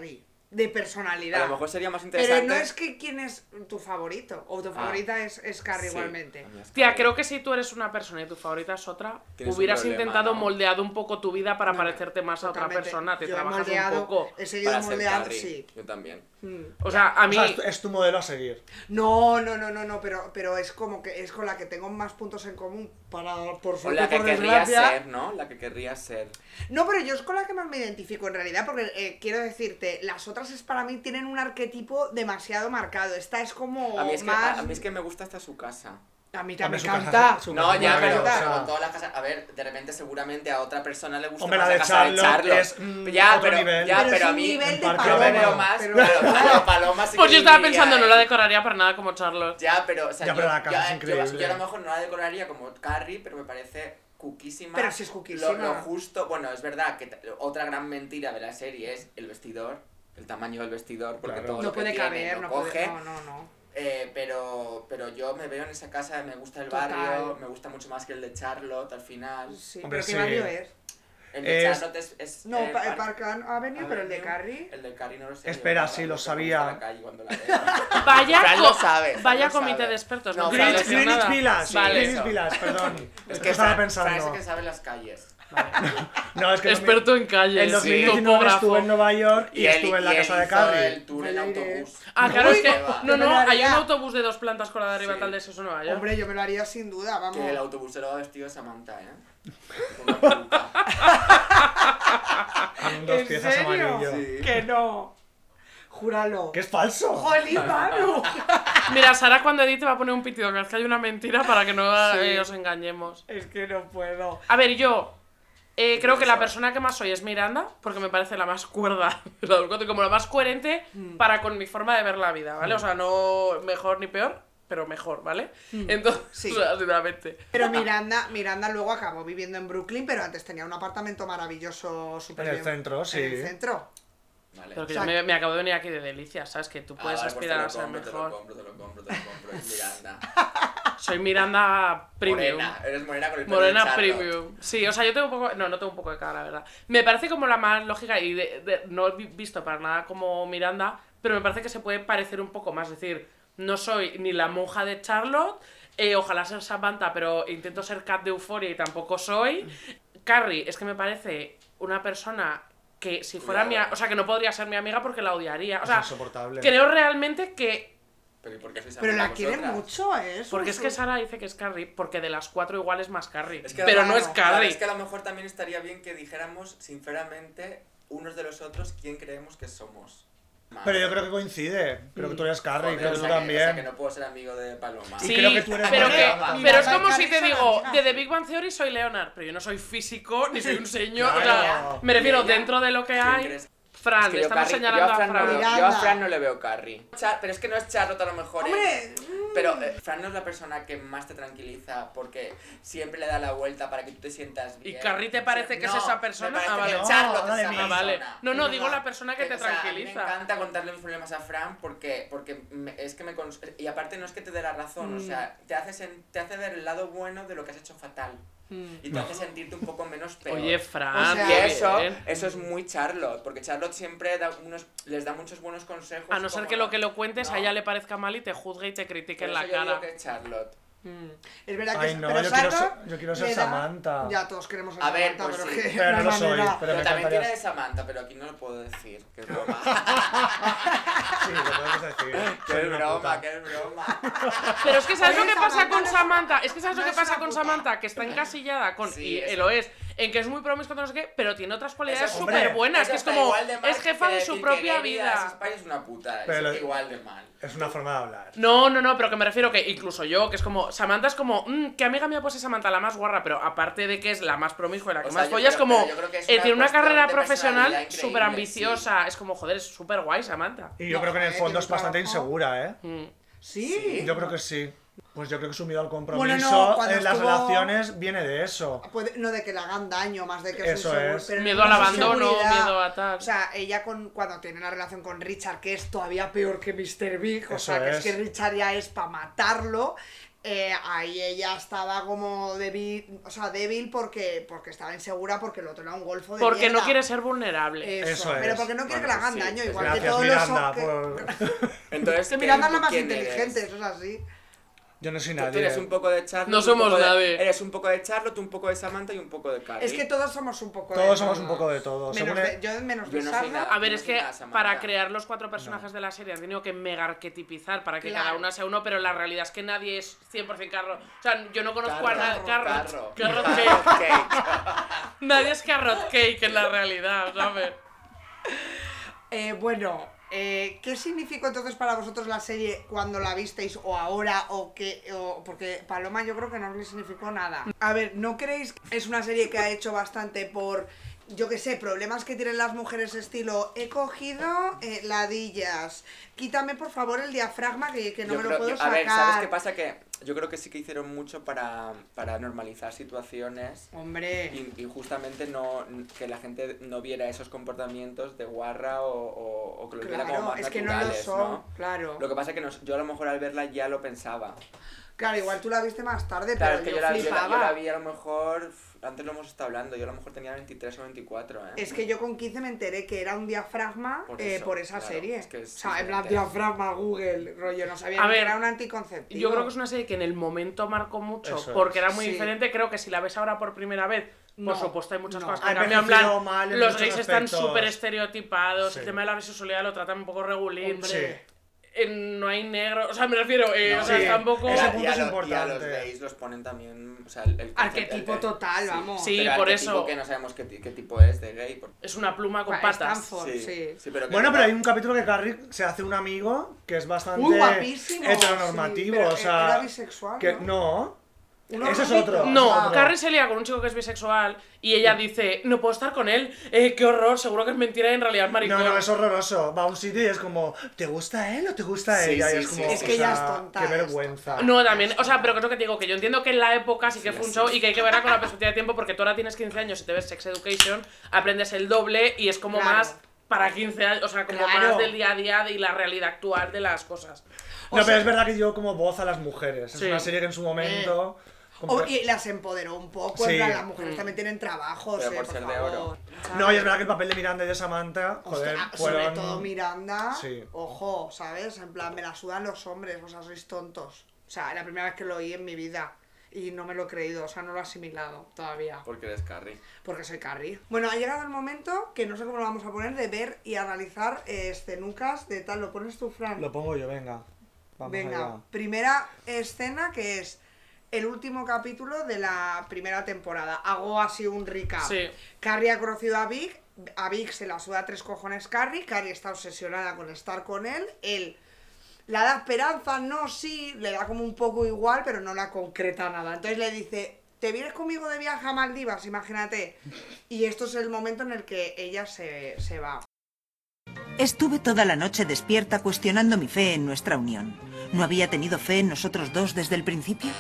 de personalidad. A lo mejor sería más Pero interesante. no es que quién es tu favorito, o tu favorita Ah, es, es Carrie sí, igualmente. a mí es Tía, Carrie. creo que si tú eres una persona y tu favorita es otra, Tienes un hubieras problema, intentado ¿no? moldeado un poco tu vida para No, parecerte más a otra totalmente. persona. Te Yo he trabajas un moldeado, poco. he seguido Para ser moldeando, Carrie, sí. yo también. Mm. O sea, a O mí. sea, es tu- es tu modelo a seguir. No, no, no, no, no, pero, pero es como que es con la que tengo más puntos en común para, por O suerte, la que por querría desgracia. ser, ¿no? La que querría ser. No, pero yo es con la que más me identifico en realidad, porque eh, quiero decirte, las otras es para mí tienen un arquetipo demasiado marcado. Esta es como A mí es que, más... a, a mí es que me gusta hasta su casa. A mí A también mí me su casa- encanta. su No, casa ya, me pero, encanta, pero o sea, con todas las casas. A ver, de repente seguramente a otra persona le gusta Hombre, más la la de casa de Charlotte Charlotte. es, mm, ya, otro pero, nivel. ya, Pero pero, es a un mí nivel de en Parque yo me Paloma, veo más. pero- Claro, claro, Paloma sí Pues que yo estaba viviría pensando, no ahí. la decoraría para nada como Charlotte. Ya, pero, o sea, Ya, yo, pero la casa yo- es yo- increíble. yo a lo mejor no la decoraría como Carrie, pero me parece cuquísima. Pero sí es cuquísima. Lo, lo justo, bueno, es verdad que t- otra gran mentira de la serie es el vestidor, el tamaño del vestidor, porque Claro. todo No lo que puede tiene caber, lo no coge. puede... No, no, no. Eh, pero, pero yo me veo en esa casa, me gusta el Total. barrio, me gusta mucho más que el de Charlotte al final. Sí, Hombre, pero ¿qué sí. barrio es? El de Es- Charlotte es... es No, eh, pa- Park- Park Avenue, pero el de Avenue. Carrie... El de Carrie no lo sé. Espera, yo, sí, yo lo conozco sabía. la calle cuando la veo. Vaya, Fran co- lo sabe, Fran vaya lo comité sabe. de expertos. No, No, Fran quiero lo Greenwich, decir Greenwich nada. Village, Vale. Greenwich eso. Village, perdón. Es Es que que estaba Fran, Fran es pensando. el que sabe las calles. No, es que Experto en calles, en dos mil sí. diecinueve topógrafo. estuve en Nueva York y, él- estuve en la y casa él de hizo Carrie. el tour en Vaya iré. autobús. Ah, claro, Uy, es que. va. No, Yo me no, lo hay un haría. autobús de dos plantas con la de arriba Sí. tal de Sexo Nueva York. Hombre, yo me lo haría sin duda, vamos. Que el autobusero va vestido de Samantha, ¿eh? Con una peluca. Con un dos ¿En piezas serio? amarillo. Sí. Que no. Júralo. Que es falso. ¡Jolín, Manu! Mira, Sara cuando edite va a poner un pitido cada vez que hay una mentira para que no Sí. eh, os engañemos. Es que no puedo. A ver, yo eh, creo que la Eso. persona que más soy es Miranda, porque me parece la más cuerda, de los cuatro, y como la más coherente para con mi forma de ver la vida, ¿vale? O sea, no mejor ni peor, pero mejor, ¿vale? Entonces, Sí. o sea, sinceramente. Pero Miranda, Miranda luego acabó viviendo en Brooklyn, pero antes tenía un apartamento maravilloso súper En el bien- centro, sí. En el centro. Vale. Pero que O sea, yo me, me acabo de venir aquí de delicias, ¿sabes? Que tú Ah, puedes vale, pues aspirar te a lo ser compro, te lo mejor. compro, te lo compro, te lo compro. Es Miranda. Soy Miranda Premium. Morena, eres morena con el pelo Morena de Charlotte. Premium. Sí, o sea, yo tengo un poco. No, no tengo un poco de cara, la verdad. Me parece como la más lógica y de- de- no he vi- visto para nada como Miranda, pero me parece que se puede parecer un poco más. Es decir, no soy ni la monja de Charlotte, eh, ojalá ser Samantha, pero intento ser Kat de Euphoria y tampoco soy. Carrie, es que me parece una persona que si fuera mi. Cuidado. a- O sea, que no podría ser mi amiga porque la odiaría. O Es sea, insoportable. creo realmente que. Pero ¿y por qué sois Pero la amigas quiere vosotras? mucho, ¿eh? Su- Porque es que su- Sara dice que es Carrie, porque de las cuatro igual es más Carrie. Es que pero no claro, es Claro, Carrie. es que a lo mejor también estaría bien que dijéramos sinceramente unos de los otros quién creemos que somos. Más. Pero yo creo que coincide. Creo que tú eres Carrie, Joder, creo o que tú sea que- también. o sea que no puedo ser amigo de Paloma. Y Sí, creo que tú eres pero, Morena. que- Mira, pero es la como Carrie si te son digo, amigas. de The Big Bang Theory soy Leonard, pero yo no soy físico ni soy un señor. O sea, Claro. me refiero ¿Y ella? dentro de lo que ¿Quién hay. crees? Fran, Es que le yo, estamos Carrie- señalando yo a Fran, a no, Fran. yo a Miranda. Fran no le veo Carrie. Char- pero es que no es Charlotte a lo mejor. ¿eh? Hombre, Pero eh, Fran no es la persona que más te tranquiliza porque siempre le da la vuelta para que tú te sientas ¿Y bien. Carrie te parece que es No, esa persona? me parece Ah, vale. que No, Charlotte no de es mí. esa Ah, vale. persona. No, no, Es digo verdad. la persona que te o sea, a mí me tranquiliza. encanta contarle mis problemas a Fran porque, porque me- es que me... cons- Y aparte no es que te dé la razón, o sea, te hace, sen- te hace ver el lado bueno de lo que has hecho fatal. Y te hace sentirte un poco menos peor. Oye, Fran, O sea, Y qué eso, bien. eso es muy Charlotte, porque Charlotte siempre da unos, les da muchos buenos consejos. A no ser como- que lo que lo cuentes No. a ella le parezca mal y te juzgue y te critique Por en eso la yo digo cara. que es Charlotte. mm, es verdad que Ay, es- no, pero yo quiero Sara ser- yo quiero ser le da- Samantha. Ya todos queremos ser A ver, Samantha, pues pero sí. que Pero no no lo hay soy, manera. pero Pero me también encantaría- tiene de Samantha, pero aquí no lo puedo decir, que es broma. Sí, lo podemos decir. que Soy es una broma, puta. que es broma. Pero es que ¿sabes Oye, lo que pasa Samantha con no es- Samantha? Es que ¿sabes no lo que es pasa una con puta. Samantha? Que está encasillada con, Sí, y eso. eh, lo es, en que es muy promiscua, no sé qué, pero tiene otras cualidades Eso, hombre, súper buenas, Eso que es está como, igual de mal es jefa que de su decir propia que Gay Midas vida. Spy es una puta, Pero- es igual de mal. Es una forma de hablar. No, no, no, pero que me refiero que incluso yo, que es como, Samantha es como, mmm, que amiga mía pues es Samantha, la más guarra, pero aparte de que es la más promiscua y la que O sea, más yo folla, es creo- como, pero yo creo que es eh, una tiene una cuestión carrera de profesional personalidad increíble, súper ambiciosa, es como, joder, es súper guay Samantha. Y yo No, creo que en el eh, fondo tiene es un bastante trabajo. insegura, ¿eh? Mm. Sí. Yo creo que sí. Pues yo creo que su miedo al compromiso Bueno, no, cuando en las estuvo- relaciones viene de eso. Puede- no de que le hagan daño, más de que Eso su insegu- es. pero Miedo no al su abandono, seguridad. miedo a tal. O sea, ella con, cuando tiene una relación con Richard, que es todavía peor que mister Big, o Eso sea, que es. es. que Richard ya es para matarlo, eh, ahí ella estaba como débil, o sea, débil porque, porque estaba insegura porque el otro era un golfo de Porque mierda. no quiere ser vulnerable. Eso, Eso pero es. porque no quiere Bueno, que le hagan sí, daño, es igual Gracias, que todos Miranda, los... que- por... Entonces, que ¿qué- Miranda es la más quién eres? inteligente, eso es así. Yo no soy Tú, nadie. tú eres un poco de Charlotte, No tú un somos poco de- nadie. Eres un poco de Charlotte, tú un poco de Samantha y un poco de Carrie. Es que todos somos un poco de Todos somos todo. un poco de todo. Menos Según de, el- yo menos Yo de no soy Charlotte. nada. A ver, No es soy que nada Samantha. para crear los cuatro personajes de la serie han tenido que mega arquetipizar para que Claro. cada una sea uno, pero la realidad es que nadie es cien por cien Carrot. O sea, yo no conozco a Carro, nadie. Carrot. carro, Carrot carro cake. cake. Nadie es carrot cake en la realidad, ¿sabes? Eh, bueno, eh, ¿qué significó entonces para vosotros la serie cuando la visteis o ahora o qué? O, porque Paloma yo creo que no le significó nada. A ver, ¿no creéis que es una serie que ha hecho bastante por, yo qué sé, problemas que tienen las mujeres estilo, he cogido eh, ladillas, quítame por favor el diafragma que, que no Yo me lo creo- puedo yo- sacar? A ver, ¿sabes qué pasa? Que yo creo que sí que hicieron mucho para, para normalizar situaciones Hombre, y, y justamente no que la gente no viera esos comportamientos de guarra o, o, o que lo viera como claro, más es que no lo naturales, son, ¿no? claro. Lo que pasa es que nos- yo a lo mejor al verla ya lo pensaba. Claro, igual tú la viste más tarde, Claro, es pero que yo, yo la, yo, la, flipaba. yo la vi a lo mejor, uf, antes lo hemos estado hablando, yo a lo mejor tenía veintitrés o veinticuatro, ¿eh? Es que yo con quince me enteré que era un diafragma Por eh, eso, por esa claro, serie. es que es o sea, en plan diferente. diafragma, Google, rollo, no sabía A ni que ver, era un anticonceptivo. Yo creo que es una serie que en el momento marcó mucho Eso es. porque era muy Sí. diferente. Creo que si la ves ahora por primera vez, No, por supuesto hay muchas no. cosas Ha que cambian. En plan, envejecido mal en los muchos gays están aspectos. súper estereotipados, Sí. el tema de la bisexualidad lo tratan un poco regulín. Hombre. Eh, no hay negro, o sea, me refiero, eh, No, o sea, sí, está un poco... ese Y a- punto y a es lo- Y a importante. los gays los ponen también, o sea, el, el concepto- Arquetipo el- el- total, vamos. Sí, pero por arquetipo eso. que no sabemos qué, ti- qué tipo es de gay. porque- Es una pluma con Bueno, patas. Stanford, sí. pero que Bueno, no- pero hay un capítulo que Carrie se hace un amigo que es bastante Uy, guapísimo. heteronormativo, sí, pero o sea... era bisexual, que, ¿no? no. Uno Ese es rubito. otro. No, Otro. Carrie se lía con un chico que es bisexual y ella dice, no puedo estar con él, eh, qué horror, seguro que es mentira y en realidad es maricón. No, no, es horroroso. Va a un sitio y es como, ¿te gusta él o te gusta Sí, ella? sí, y es sí, como, sí. Es o que ella sea, es tonta Qué esto. vergüenza. No, también, o sea, pero que es lo que te digo, que yo entiendo que en la época sí que Sí, fue un sí, show sí. y que hay que verla con la perspectiva de tiempo porque tú ahora tienes quince años y te ves Sex Education, aprendes el doble y es como Claro. más para quince años, o sea, como Claro. más del día a día y la realidad actual de las cosas. No, pero es verdad que dio como voz a las mujeres. Es Sí. una serie que en su momento... como O- que- y las empoderó un poco, Sí. en plan, las mujeres Mm. también tienen trabajos, Pero eh, por por ser de favor. oro. No, y es verdad que el papel de Miranda y de Samantha, joder, Ostras, fueron... sobre todo Miranda, Sí. ojo, ¿sabes? En plan, me la sudan los hombres, o sea, sois tontos. O sea, es la primera vez que lo oí en mi vida. Y no me lo he creído, o sea, no lo he asimilado todavía. Porque eres Carrie. Porque soy Carrie. Bueno, ha llegado el momento, que no sé cómo lo vamos a poner, de ver y analizar eh, escenucas de tal. ¿Lo pones tú, Fran? Lo pongo yo, venga. Vamos Venga, allá. primera escena que es el último capítulo de la primera temporada. Hago así un recap. Sí. Carrie ha conocido a Vic, a Vic se la suda tres cojones Carrie, Carrie está obsesionada con estar con él, él la da esperanza, no, sí, le da como un poco igual, pero no la concreta nada. Entonces le dice, ¿te vienes conmigo de viaje a Maldivas? Imagínate. Y esto es el momento en el que ella se, se va. Estuve toda la noche despierta cuestionando mi fe en nuestra unión. ¿No había tenido fe en nosotros dos desde el principio?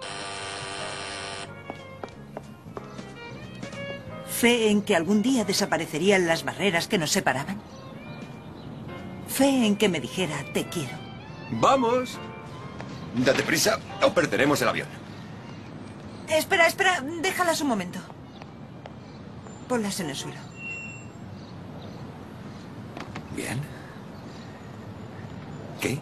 ¿Fe en que algún día desaparecerían las barreras que nos separaban? ¿Fe en que me dijera te quiero? ¡Vamos! Date prisa o perderemos el avión. Espera, espera, déjalas un momento. Ponlas en el suelo. Bien. ¿Qué?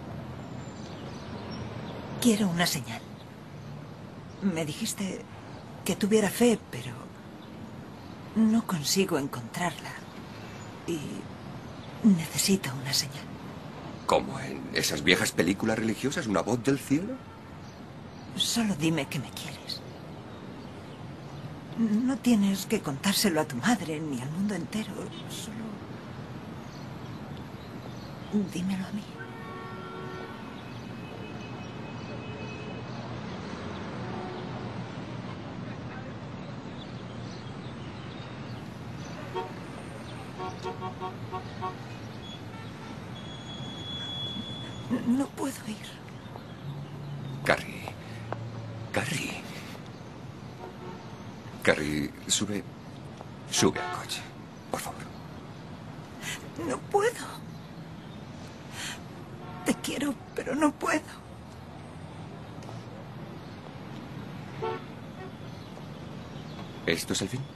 Quiero una señal. Me dijiste que tuviera fe, pero no consigo encontrarla. Y necesito una señal. ¿Cómo en esas viejas películas religiosas, una voz del cielo? Solo dime que me quieres. No tienes que contárselo a tu madre ni al mundo entero. Solo dímelo a mí. No puedo ir. Carrie. Carrie. Carrie, sube. Sube al coche. Por favor. No puedo. Te quiero, pero no puedo. ¿Esto es el fin?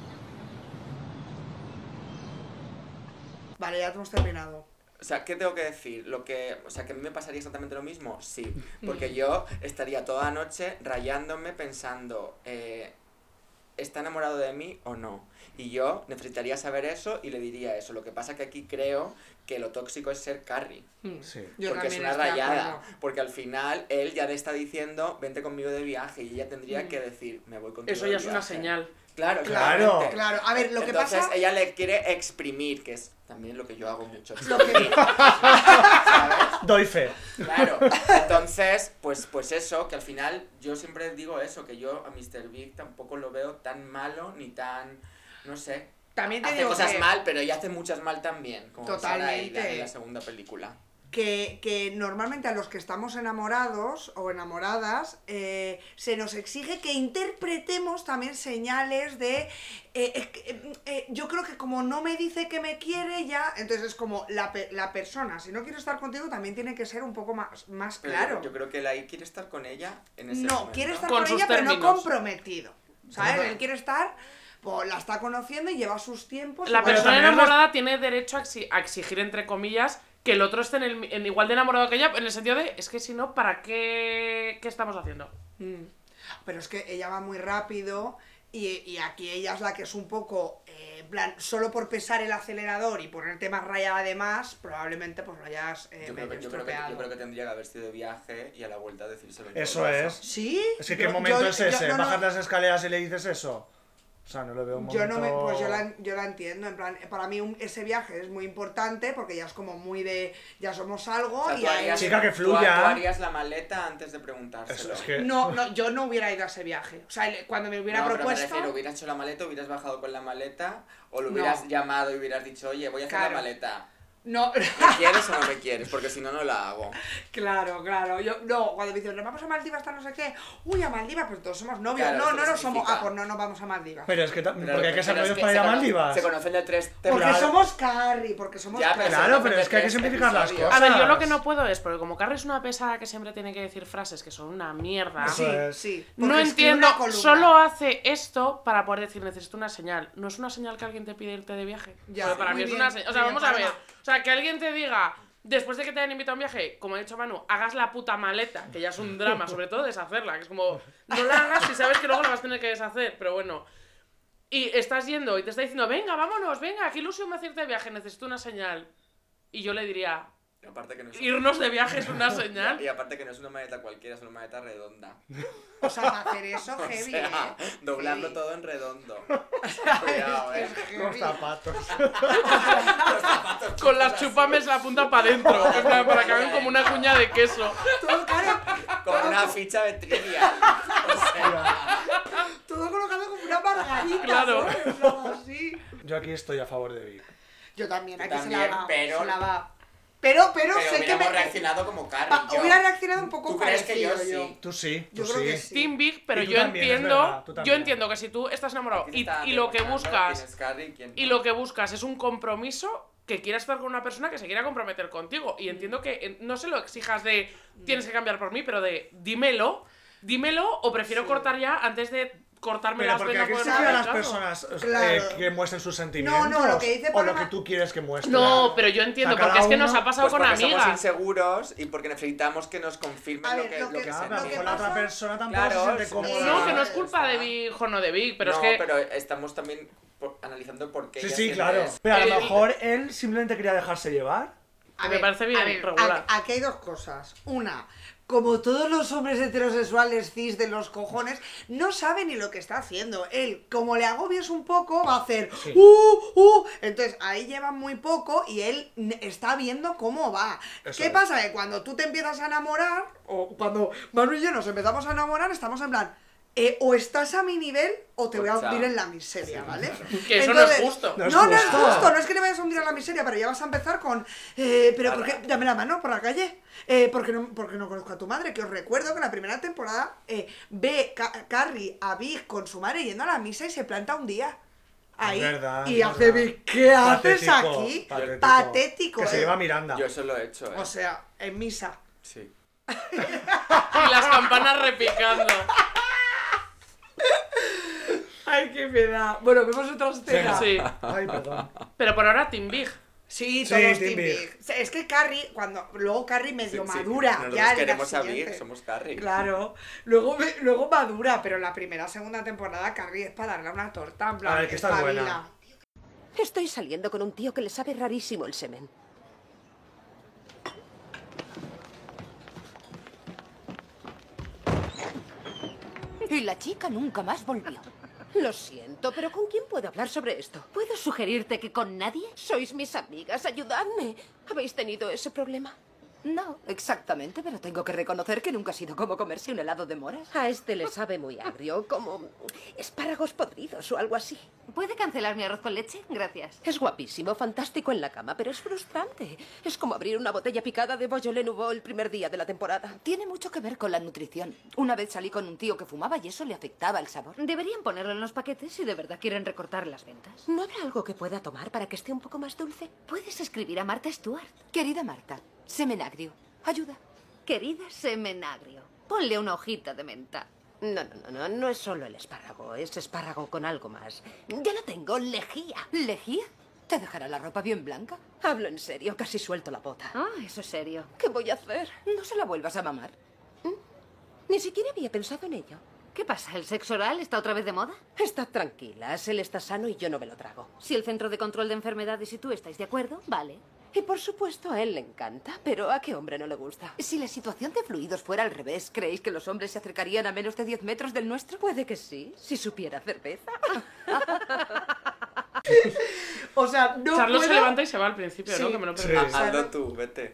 Vale, ya hemos terminado. O sea, ¿qué tengo que decir? Lo que, o sea, ¿que a mí me pasaría exactamente lo mismo? Sí, porque yo estaría toda la noche rayándome pensando, eh, ¿está enamorado de mí o no? Y yo necesitaría saber eso y le diría eso. Lo que pasa que aquí creo que lo tóxico es ser Carrie. Sí. Yo Porque es también una estoy de rayada. acuerdo. Porque al final él ya le está diciendo, vente conmigo de viaje. Y ella tendría que decir, me voy contigo Eso de ya es una viaje. señal. Claro, Claro. claramente. Claro, a ver, lo que Entonces pasa... ella le quiere exprimir, que es también lo que yo hago mucho. Lo que- exprimir, ¿sabes? Doy fe. Claro, entonces, pues, pues eso, que al final yo siempre digo eso, que yo a míster Big tampoco lo veo tan malo ni tan, no sé, También te hace digo cosas que... mal, pero ella hace muchas mal también, como Totalmente. Sarah Aida en la segunda película. Que, que normalmente a los que estamos enamorados o enamoradas eh, se nos exige que interpretemos también señales de eh, eh, eh, eh, yo creo que como no me dice que me quiere ya, entonces es como la, pe- la persona, si no quiere estar contigo también tiene que ser un poco más, más Pero claro. yo, yo creo que él ahí quiere estar con ella en ese No, momento. quiere estar Con con, sus ella pero no términos. comprometido, ¿sabes? Él quiere estar, pues la está conociendo y lleva sus tiempos. La y- Pero persona también es- enamorada tiene derecho a, exi- a exigir, entre comillas, que el otro esté en, el, en igual de enamorado que ella, en el sentido de, es que si no, ¿para qué, qué estamos haciendo? Mm. Pero es que ella va muy rápido y, y aquí ella es la que es un poco, eh, en plan, solo por pesar el acelerador y ponerte más rayada de más, probablemente pues lo hayas eh, Yo creo, medio que, yo, creo que, estropeado. yo creo que tendría que haber sido de viaje y a la vuelta decírselo. en Eso todo es. caso. ¿Sí? Es que Yo- ¿qué momento yo- es yo- ese? no, no, ¿Bajas las escaleras y le dices eso? O sea, no lo veo un Yo momento... no me, pues yo la, yo la entiendo, en plan, para mí un- ese viaje es muy importante porque ya es como muy de, ya somos algo O sea, y tú ahí- harías, Chica, que tú- fluya. Tú harías la maleta antes de preguntárselo. Eso, es que... No, no, yo no hubiera ido a ese viaje. O sea, el- cuando me hubiera No, pero me propuesto... refiero, hubieras hecho la maleta, hubieras bajado con la maleta, o lo No. hubieras llamado y hubieras dicho, oye, voy a hacer Claro. la maleta. No, ¿Me quieres o no me quieres? Porque si no, no la hago. claro, claro. Yo, no, cuando me dicen, nos vamos a Maldivas, hasta no sé qué. Uy, a Maldivas, pues todos somos novios. Claro, no, ¿esto no, qué no somos. significa? Ah, pues no nos vamos a Maldivas. Pero es que... ta- Pero- porque hay que ser pero es novios que para ir se a cono- Maldivas. Se conocen de tres Porque Claro. somos Carrie, porque somos Ya, Carrie. Claro, pero es que hay que simplificar las episodios. cosas. A ver, yo lo que no puedo es, porque como Carrie es una pesada que siempre tiene que decir frases que son una mierda, Eso Sí, es. sí. no porque escribe entiendo, una columna. solo hace esto para poder decir, necesito una señal. ¿No es una señal que alguien te pide irte de viaje? Ya, Porque para muy mí es bien, una señal. O sea, muy bien, vamos a ver. Paloma. O sea, que alguien te diga, después de que te hayan invitado a un viaje, como ha dicho Manu, hagas la puta maleta, que ya es un drama, sobre todo deshacerla, que es como, no la hagas si sabes que luego la vas a tener que deshacer, pero bueno. Y estás yendo y te está diciendo, venga, vámonos, venga, qué ilusión me hace irte de viaje, necesito una señal. Y yo le diría, Y aparte que no es irnos de viaje es una señal. Y aparte que no es una maleta cualquiera, es una maleta redonda. O sea, para hacer eso, O heavy, sea, ¿eh? doblarlo Heavy. todo en redondo. Cuidado, eh. Es que es Los heavy. zapatos. Con las chupames la punta para adentro, en plan, para que hagan como una cuña de queso. Todo, claro, Como una ficha de trivia. O sea, todo colocado como una margarita. Claro. ¿sabes? En plan así. Yo aquí estoy a favor de Vic. Yo también, Yo aquí se también, la va. pero- Se la va. Pero, pero, pero sé que hubiéramos me. reaccionado como Carrie. Pa- yo. hubiera reaccionado un poco ¿Tú crees que yo parecido sí? Tú sí, tú Yo creo sí. que sí. Team Big, pero Y tú yo también, es entiendo, verdad, tú yo también. entiendo que si tú estás enamorado Aquí y, está y lo que demostrando buscas quién es Carrie y quién y no. lo que buscas es un compromiso, que quieras estar con una persona que se quiera comprometer contigo. Y entiendo que eh, no se lo exijas de tienes que cambiar por mí, pero de dímelo, dímelo o prefiero cortar ya antes de cortarme Pero las porque venas hay que por el exigir a las brazo. personas eh, Claro. que muestren sus sentimientos. No, no, lo que dice O lo Paloma- que tú quieres que muestren. No, pero yo entiendo, O sea, porque es que cada nos uno- ha pasado Pues con porque somos amigas. inseguros y porque necesitamos que nos confirmen A lo ver, que, lo lo que- que, Claro, lo pero a lo que mejor la otra pasa- persona tampoco Claro, se siente sí. cómoda. No, que no es Ya culpa de está. Big o no de Big, pero no, es que... pero estamos también por- analizando por qué Sí, ella sí, siente claro. eso. Pero a lo El- mejor él simplemente quería dejarse llevar. A Me parece bien, a ver, regular. a- aquí hay dos cosas. Una, como todos los hombres heterosexuales cis de los cojones, no sabe ni lo que está haciendo. Él, como le agobias un poco, va a hacer Sí. uh, uh. Entonces ahí lleva muy poco y él n- está viendo cómo va. Eso ¿Qué es. pasa? Que cuando tú te empiezas a enamorar, o cuando Manu y yo nos empezamos a enamorar, estamos en plan. eh, o estás a mi nivel o te voy a Pues chao. hundir en la miseria, ¿vale? Que eso no es justo. No No, es no, es justo. justo, no es que te vayas a hundir en la miseria, pero ya vas a empezar con. Eh, pero ¿por qué? Dame la mano por la calle. Eh, porque no, porque no conozco a tu madre. Que os recuerdo que en la primera temporada eh, ve Ca- Carrie a Big con su madre yendo a la misa y se planta un día. Ahí. Es verdad, y es hace verdad. Big, ¿qué haces Patético, aquí? patético. Patético. Que se eh. lleva a Miranda. Yo eso lo he hecho, eh. O sea, en misa. Sí. Y las campanas repicando. Ay, qué pena. Bueno, vemos otra escena. Sí. Ay, perdón. Pero por ahora Team Big. Sí, Sí, todos Team Team Big. Big. O sea, es que Carrie, cuando luego Carrie medio Sí, sí. madura. Nosotros ya en la queremos a siguiente. Big, somos Carrie. Claro. Luego, me- luego madura, pero en la primera segunda temporada Carrie es para darle una torta. En plan, A ver, que está espabila. buena. Estoy saliendo con un tío que le sabe rarísimo el semen. Y la chica nunca más volvió. Lo siento, pero ¿con quién puedo hablar sobre esto? ¿Puedo sugerirte que con nadie? Sois mis amigas, ayudadme. ¿Habéis tenido ese problema? No, exactamente, pero tengo que reconocer que nunca ha sido como comerse un helado de moras. A este le sabe muy agrio, como espárragos podridos o algo así. ¿Puede cancelar mi arroz con leche? Gracias. Es guapísimo, fantástico en la cama, pero es frustrante. Es como abrir una botella picada de Beaujolais Nouveau el primer día de la temporada. Tiene mucho que ver con la nutrición. Una vez salí con un tío que fumaba y eso le afectaba el sabor. Deberían ponerlo en los paquetes si de verdad quieren recortar las ventas. ¿No habrá algo que pueda tomar para que esté un poco más dulce? Puedes escribir a Marta Stewart. Querida Marta, semen agrio. Ayuda. Querida semen agrio. Ponle una hojita de menta. No, no, no, no, no es solo el espárrago, es espárrago con algo más. Ya lo tengo, lejía. ¿Lejía? ¿Te dejará la ropa bien blanca? Hablo en serio, casi suelto la bota. Ah, eso es serio. ¿Qué voy a hacer? No se la vuelvas a mamar. ¿Mm? Ni siquiera había pensado en ello. ¿Qué pasa? ¿El sexo oral está otra vez de moda? Estad tranquilas, él está sano y yo no me lo trago. Si el Centro de Control de Enfermedades y tú estáis de acuerdo, vale. Y por supuesto a él le encanta, pero ¿a qué hombre no le gusta? Si la situación de fluidos fuera al revés, ¿creéis que los hombres se acercarían a menos de diez metros del nuestro? Puede que sí, si supiera cerveza. O sea, no Charlos puedo... se levanta y se va al principio, Sí. ¿no? Que me lo Sí. preguntas. Hazlo tú, vete.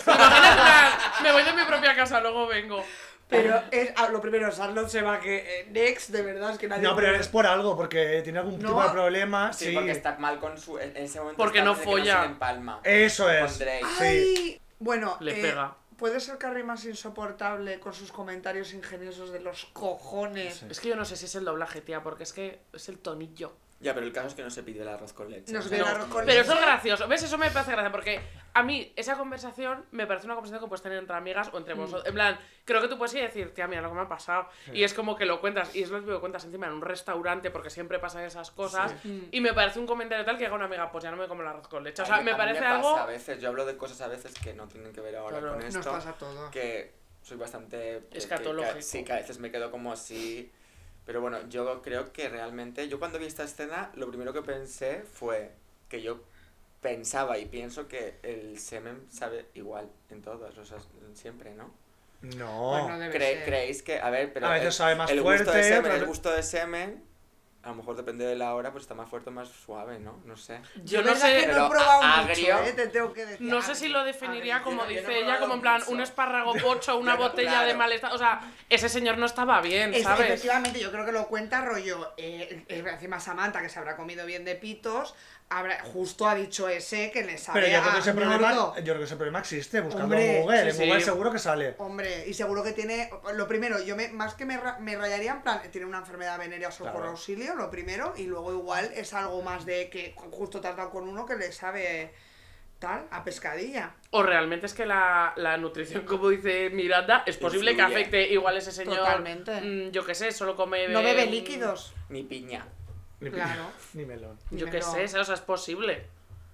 Me voy de mi propia casa, luego vengo. Pero es, ah, lo primero, Charlotte se va que... eh, next, de verdad, es que nadie... No, pero puede- es por algo, porque tiene algún No. tipo de problema. Sí, Sí, porque está mal con su... En ese momento Porque está no desde que folla. se le empalma. Eso es. Con Drake. Sí. Ay, bueno, Le eh, pega. ¿puede ser Carrie más insoportable con sus comentarios ingeniosos de los cojones? Sí. Es que yo no sé si es el doblaje, tía, porque es que es el tonillo. Ya, pero el caso es que no se pidió el arroz con leche. Nos O ve sea, el no- arroz con Pero leche. eso es gracioso. ¿Ves? Eso me parece gracia porque a mí esa conversación me parece una conversación que puedes tener entre amigas o entre vosotros. En plan, creo que tú puedes ir y decir, tía, mira lo que me ha pasado. Y es como que lo cuentas. Y es lo que cuentas encima en un restaurante porque siempre pasan esas cosas. Y me parece un comentario tal que haga una amiga, pues ya no me como el arroz con leche. O sea, a mí- me a mí parece pasa algo... a veces, yo hablo de cosas a veces que no tienen que ver ahora Claro. con Nos esto. pasa todo. Que soy bastante... que- que- Escatológico. que- sí, que a veces me quedo como así... Pero bueno, yo creo que realmente... Yo cuando vi esta escena, lo primero que pensé fue que yo pensaba y pienso que el semen sabe igual en todas, o sea, siempre, ¿no? No. Pues no debe Cre- ser. ¿Creéis que...? A ver, pero... A veces el, sabe más el gusto fuerte, de semen, otras el ve- gusto de semen, a lo mejor depende de la hora, pues está más fuerte o más suave, ¿no? No sé. Yo Yo no verdad sé... que no pero he probado agrio- mucho, ¿eh? Te tengo que decir. No sé si lo Agrio, definiría agrio. como Yo no- yo no dice he ella, como en plan probado un mucho. espárrago pocho, una Yo no, botella claro. de mal estado. O sea, ese señor no estaba bien, Es- ¿sabes? Efectivamente, yo creo que lo cuenta rollo. Eh, eh, encima Samantha, que se habrá comido bien de pitos, habrá, justo ha dicho ese que le sabe Pero yo creo, que a ese problema, ñordo. yo creo que ese problema existe, buscando Hombre, en Google. sí, en sí. Google seguro que sale. Hombre, y seguro que tiene. Lo primero, yo me, más que me, ra- me rayaría en plan, tiene una enfermedad venérea o socorro Claro. auxilio, lo primero, y luego igual es algo más de que justo te has dado con uno que le sabe tal, a pescadilla. O realmente es que la, la nutrición, como dice Miranda, es posible que Influye. afecte igual ese señor. Totalmente. mm, yo qué sé, solo come. No bebe mm, líquidos. Ni piña. Ni, Claro. ni melón. Yo qué Dímelo. sé, o sea, es posible.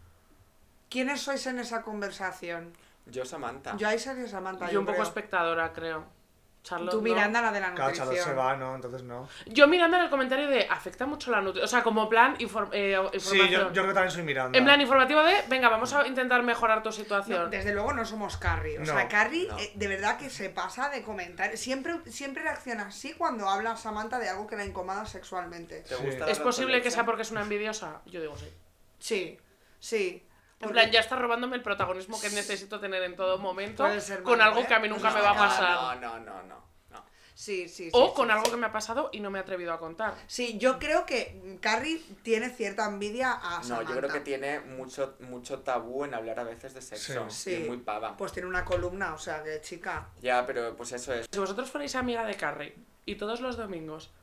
¿Quiénes sois en esa conversación? Yo, Samantha. Yo ahí sería Samantha. Yo un poco creo. espectadora, creo. Charlotte, Tú no. Miranda, la de la Claro, Charlotte nutrición. se va, ¿no? Entonces no. Yo Miranda en el comentario de afecta mucho la nutrición. O sea, como plan inform- eh, información. Sí, yo, yo creo que también soy Miranda. En plan informativo de, venga, vamos a intentar mejorar tu situación. No, desde luego no somos Carrie. O No, sea, Carrie no. eh, de verdad que se pasa de comentar. Siempre, siempre reacciona así cuando habla Samantha de algo que la incomoda sexualmente. ¿Te Sí. gusta la ¿Es posible que recollecha? sea porque es una envidiosa? Yo digo sí. Sí, sí. En Porque- plan, ya está robándome el protagonismo que necesito tener en todo momento Puede ser con malo, algo ¿eh? que a mí nunca No, me va a no, pasar. No, no, no, no. no. Sí, sí, sí. O sí, con sí. algo que me ha pasado y no me he atrevido a contar. Sí, yo creo que Carrie tiene cierta envidia a No, Samantha. yo creo que tiene mucho, mucho tabú en hablar a veces de sexo. Sí. Y es muy pava. Pues tiene una columna, o sea, que chica. Ya, pero pues eso es. Si vosotros fuerais amiga de Carrie y todos los domingos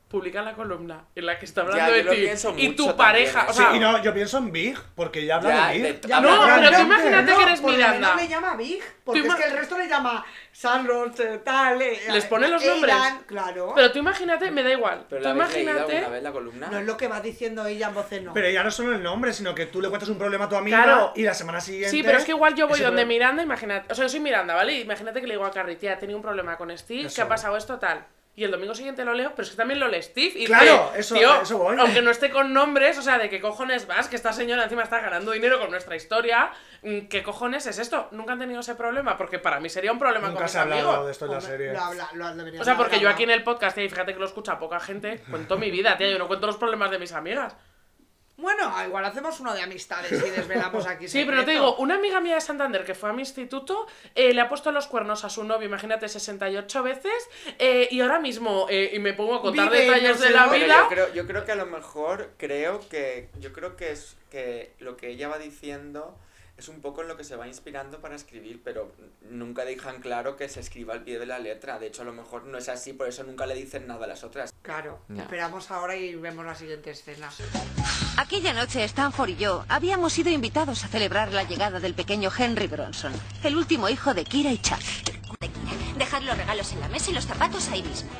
publica la columna en la que está Ya, hablando yo de lo ti pienso y mucho tu pareja, también, o Sí, sea, y no, yo pienso en Big, porque ya habla Ya, de Big. de- Ya No, habla pero tú realmente. imagínate que eres por lo Miranda. menos le llama Big, porque Tú es ima- que el resto le llama Sandros, eh, tal... eh, Les eh, ponen los Aidan, nombres. Claro. pero tú imagínate, me da igual. ¿Pero Tú la habéis leído imagínate. alguna vez la columna? No es lo que va diciendo ella en voz en no. Pero ya no solo el nombre, sino que tú le cuentas un problema a tu amiga Claro. y la semana siguiente... Sí, pero es que igual yo voy ese donde problema- Miranda, imagínate. O sea, yo soy Miranda, ¿vale? Imagínate que le digo a Carrie, tía, he tenido un problema con Steve, Eso. ¿qué ha pasado esto tal? Y el domingo siguiente lo leo, pero es que también lo lee Steve. Y Claro, dice, eso- tío, a eso voy. aunque no esté con nombres, o sea, ¿de qué cojones vas? Que esta señora encima está ganando dinero con nuestra historia. ¿Qué cojones es esto? Nunca han tenido ese problema, porque para mí sería un problema Nunca con mis se ha hablado amigos. de esto en la Hombre, serie. Lo habla, lo debería O sea, haber porque yo hablado. aquí en el podcast, tía, y fíjate que lo escucha poca gente, cuento mi vida, tía, yo no cuento los problemas de mis amigas. Bueno, igual hacemos uno de amistades y desvelamos aquí. Sí, pero no te secreto. digo, una amiga mía de Santander que fue a mi instituto, eh, le ha puesto los cuernos a su novio, imagínate, sesenta y ocho veces, eh, y ahora mismo, eh, y me pongo a contar Vive, detalles no de sé la dónde. Pero vida. yo creo, yo creo que a lo mejor, creo que, yo creo que es que lo que ella va diciendo es un poco en lo que se va inspirando para escribir, pero nunca dejan claro que se escriba al pie de la letra. De hecho, a lo mejor no es así, por eso nunca le dicen nada a las otras. Claro, Ya. esperamos ahora y vemos la siguiente escena. Aquella noche Stanford y yo habíamos sido invitados a celebrar la llegada del pequeño Henry Bronson, el último hijo de Kira y Chuck. De Kira. Dejad los regalos en la mesa y los zapatos ahí mismo.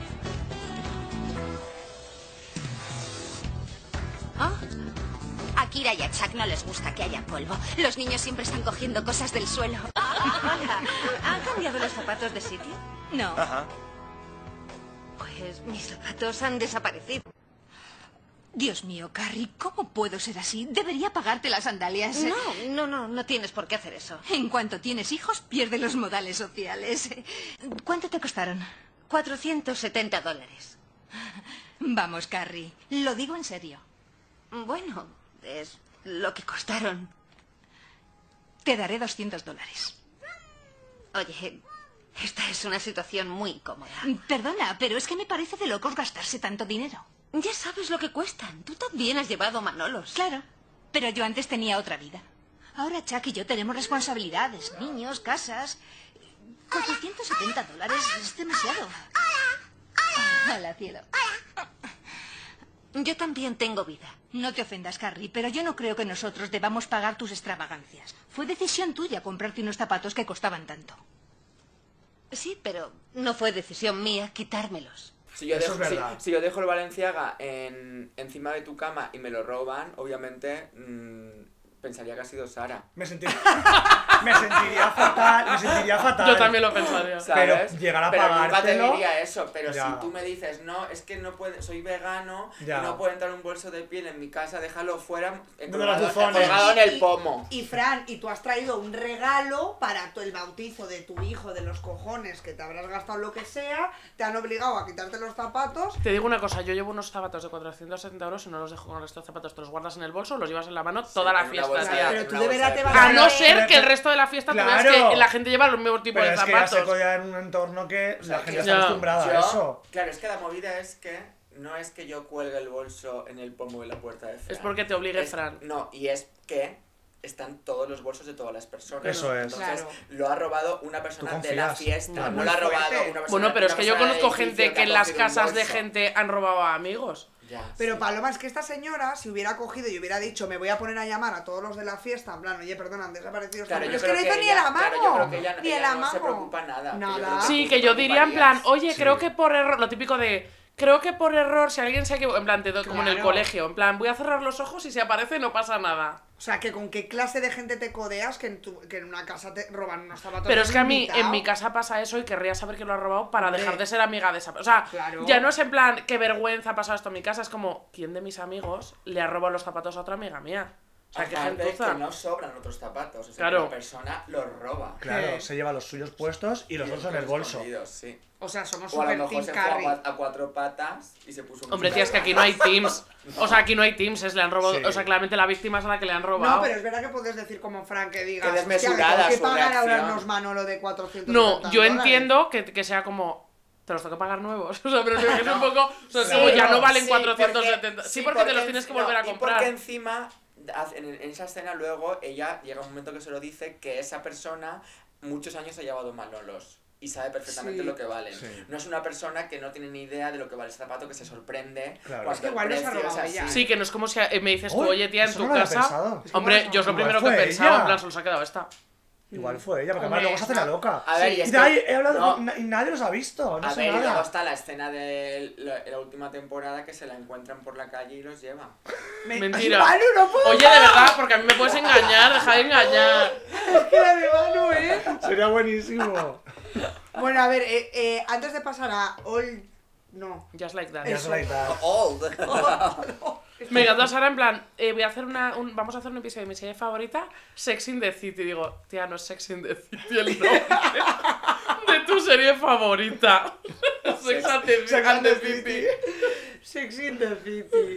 ¿Ah? A Kira y a Chuck no les gusta que haya polvo. Los niños siempre están cogiendo cosas del suelo. Hola. ¿Han cambiado los zapatos de sitio? No. Ajá. Pues mis zapatos han desaparecido. Dios mío, Carrie, ¿cómo puedo ser así? Debería pagarte las sandalias. No, no, no, no tienes por qué hacer eso. En cuanto tienes hijos, pierdes los modales sociales. ¿Cuánto te costaron? cuatrocientos setenta dólares. Vamos, Carrie, lo digo en serio. Bueno, es lo que costaron. Te daré doscientos dólares. Oye, esta es una situación muy incómoda. Perdona, pero es que me parece de locos gastarse tanto dinero. Ya sabes lo que cuestan. Tú también has llevado Manolos. Claro, pero yo antes tenía otra vida. Ahora Chuck y yo tenemos responsabilidades, niños, casas. cuatrocientos setenta dólares es demasiado. Hola. Hola, cielo. Yo también tengo vida. No te ofendas, Carrie, pero yo no creo que nosotros debamos pagar tus extravagancias. Fue decisión tuya comprarte unos zapatos que costaban tanto. Sí, pero no fue decisión mía quitármelos. Si yo, Eso dejo, es si, verdad. si yo dejo el Balenciaga en, encima de tu cama y me lo roban, obviamente mmm, pensaría que ha sido Sara. Me sentiría, me sentiría fatal, me sentiría fatal. Yo también lo pensaría. ¿Sabes? Pero llegar a Pero nunca te pagártelo- diría eso, pero Ya. si tú me dices, no, es que no puede, soy vegano Ya. y no puede entrar un bolso de piel en mi casa, déjalo fuera, eh, De los colgado, buzones. colgado en el Y- pomo. Y Fran, y tú has traído un regalo para tu- el bautizo de tu hijo de los cojones, que te habrás gastado lo que sea, te han obligado a quitarte los zapatos. Te digo una cosa, yo llevo unos zapatos de cuatrocientos setenta euros y no los dejo con estos zapatos, te los guardas en el bolso, los llevas en la mano toda Sí, la en una fiesta, bolsa de- tía. Pero en tú una de bolsa verdad de te vas plástico. A no Pero- ser que el resto de la fiesta tú veas Claro. que la gente lleva el mismo tipo Pero de es que ya se zapatos. codea en un entorno que O sea, la gente que- está Ya. acostumbrada a Yo- eso. Claro, es que la movida es que no es que yo cuelgue el bolso en el pomo de la puerta de Fran. Es porque te obligue Es- Fran. No, y es que están todos los bolsos de todas las personas. Eso es. Entonces, Claro. lo ha robado una persona Tú de la confías. fiesta. Claro. No Muy lo ha robado fuerte. una persona. Bueno, pero es una que yo persona del conozco edificio gente que ha en las cogido un casas de bolso. gente han robado a amigos. Ya, Pero sí. Paloma, es que esta señora, si hubiera cogido y hubiera dicho, me voy a poner a llamar a todos los de la fiesta, en plan, oye, perdón, han desaparecido. Claro, estos- yo es que creo no hizo que ni ella- el amago. claro, yo creo que ella- ni ella el no amago. se preocupa nada, pero yo Nada. creo Sí, tú que te yo diría en plan, preocuparías. oye, Sí. creo que por error, lo típico de, creo que por error, si alguien se equivoca, en plan, te doy- como en el Claro. colegio, en plan, voy a cerrar los ojos y si aparece no pasa nada. O sea, que con qué clase de gente te codeas que en, tu, que en una casa te roban unos zapatos. Pero de es que a mí, invitado. en mi casa pasa eso y querría saber que lo ha robado para Hombre. dejar de ser amiga de esa persona. O sea, Claro. ya no es en plan, qué vergüenza ha pasado esto en mi casa, es como, ¿quién de mis amigos le ha robado los zapatos a otra amiga mía? O sea, qué Aparte gentuza. que no sobran otros zapatos, o sea, Claro. que la persona los roba. Claro, Sí. se lleva los suyos puestos y los Y otros en el bolso. escondidos, sí. O sea, somos O a lo super mejor team se fue a, Carrie. cua- a cuatro patas y se puso un Hombre, tía, es que aquí no hay teams. O sea, aquí no hay teams, es, le han robado. Sí. O sea, claramente la víctima es a la que le han robado. No, pero es verdad que puedes decir como Frank que digas, Qué hostia, me desmesurada tengo que su pagar ahora reacción. unos Manolo de cuatrocientos No, yo dólares. entiendo que, que sea como. Te los tengo que pagar nuevos. O sea, pero es que es un poco. O sea, es Sí, como ya no no, valen sí, cuatrocientos setenta. porque- Sí, porque, te los en- tienes que no, volver a y comprar. porque encima, hace- en, en esa escena luego, ella llega un momento que se lo dice que esa persona muchos años ha llevado Manolos. y sabe perfectamente Sí. lo que valen. Sí. No es una persona que no tiene ni idea de lo que vale el zapato, que se sorprende Claro. cuando Es que el igual no se ha precio es robado así. ella. Sí, que no es como si eh, me dices tú, Uy, oye tía, en eso tu no lo había casa... pensado. Es que Hombre, igual yo es lo igual primero que he fue pensado, ella. en plan, solo se ha quedado esta. Igual fue ella, porque Hombre, además luego se hace la loca. A ver, y y es de que- ahí he hablado no. con- y nadie los ha visto, no A sé ver, y luego nada. está la escena de la, la última temporada que se la encuentran por la calle y los lleva. Me- Mentira. Manu, no puedo Oye, de verdad, porque a mí me puedes engañar, deja de engañar. Es que la de Manu, ¿eh? Sería buenísimo. Bueno, a ver, eh, eh, antes de pasar a All... No. Just like that. Just like that. Old. Me encanta Sara, en plan, eh, voy a hacer una, un, vamos a hacer un episodio de mi serie favorita, Sex in the City. Digo, tía, no es Sex in the City el nombre de tu serie favorita. Sex and the, Sex and the City. Sex in the City.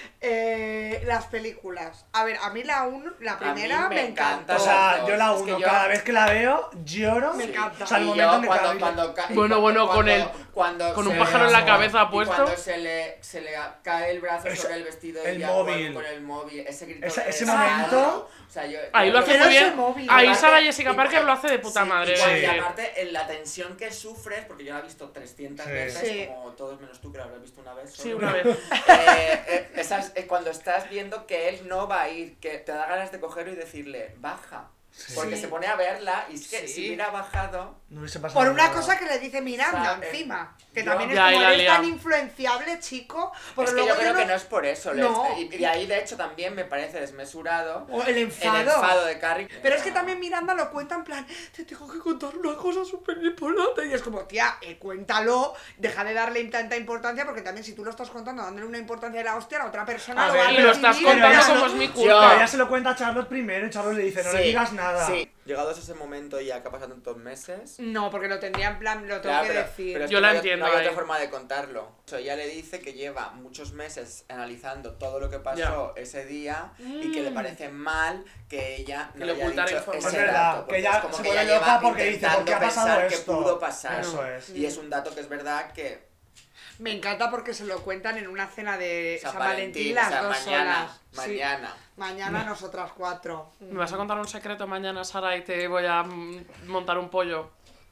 Eh, las películas. A ver, a mí la uno, la primera me me, encanta. encantó. O sea, Todos. yo la Es que uno, yo- cada vez que la veo, lloro. Me encanta. O sea, el Y momento yo en que cuando, Carrie- cuando ca- y Bueno, cu- bueno, cuando- con el- cuando Con se un le- pájaro en la y cabeza y puesto. cuando se le, se le cae el brazo Ese- sobre el vestido el y ya móvil. vuelve con el móvil, ese grito Ese- de ese desgarro. momento- O sea, yo, Ahí yo lo hace Pero muy ese bien. móvil, Ahí aparte- Sarah Jessica y- Parker lo hace de puta sí, madre. Y, cuando- y Sí. aparte, en la tensión que sufres, porque yo la he visto trescientas Sí. veces, Sí. como todos menos tú, que la habrás visto una vez. Sí, solo. una vez. Eh, eh, esas, eh, cuando estás viendo que él no va a ir, que te da ganas de cogerlo y decirle, baja. Porque Sí. se pone a verla y es que Sí. si hubiera bajado... No hubiese pasado Por una nada. cosa que le dice Miranda O sea, eh, encima. Que yo- también es Ya, y como la eres lía. tan influenciable, chico. Porque Es que yo luego creo no- que no es por eso. le- No. Y, y ahí, de hecho, también me parece desmesurado O el enfado. el enfado de Carrie. Pero es que también Miranda lo cuenta en plan, te tengo que contar una cosa súper importante. Y es como, tía, eh, cuéntalo, deja de darle tanta importancia, porque también si tú lo estás contando dándole una importancia de la hostia, la otra persona A lo ver, va a Y lo estás recibir. contando Pero como no- es mi yo- Pero culpa. ella se lo cuenta a Charlotte primero y Charlotte le dice, no le Sí, digas nada. Sí, llegados a ese momento ya que ha pasado tantos meses... No, porque lo tendría en plan, lo tengo Ya, que pero- decir. pero es Yo que la no hay- entiendo No hay ahí. otra forma de contarlo. O sea, ella le dice que lleva muchos meses analizando todo lo que pasó ese día y que le Mm. parece mal que ella no Que le haya ocultara dicho información. ese Es verdad, dato, que porque ella es como se que vuelve ella loca lleva porque dice, intentando ¿por qué ha pasado pensar que esto? pudo pasar. Eso es. Y es un dato que es verdad que Me encanta porque se lo cuentan en una cena de San San Valentín Valentín, las o sea, dos mañana, solas. Sí. mañana. Mañana nosotras cuatro. ¿Me vas a contar un secreto mañana, Sara, y te voy a mm, montar un pollo?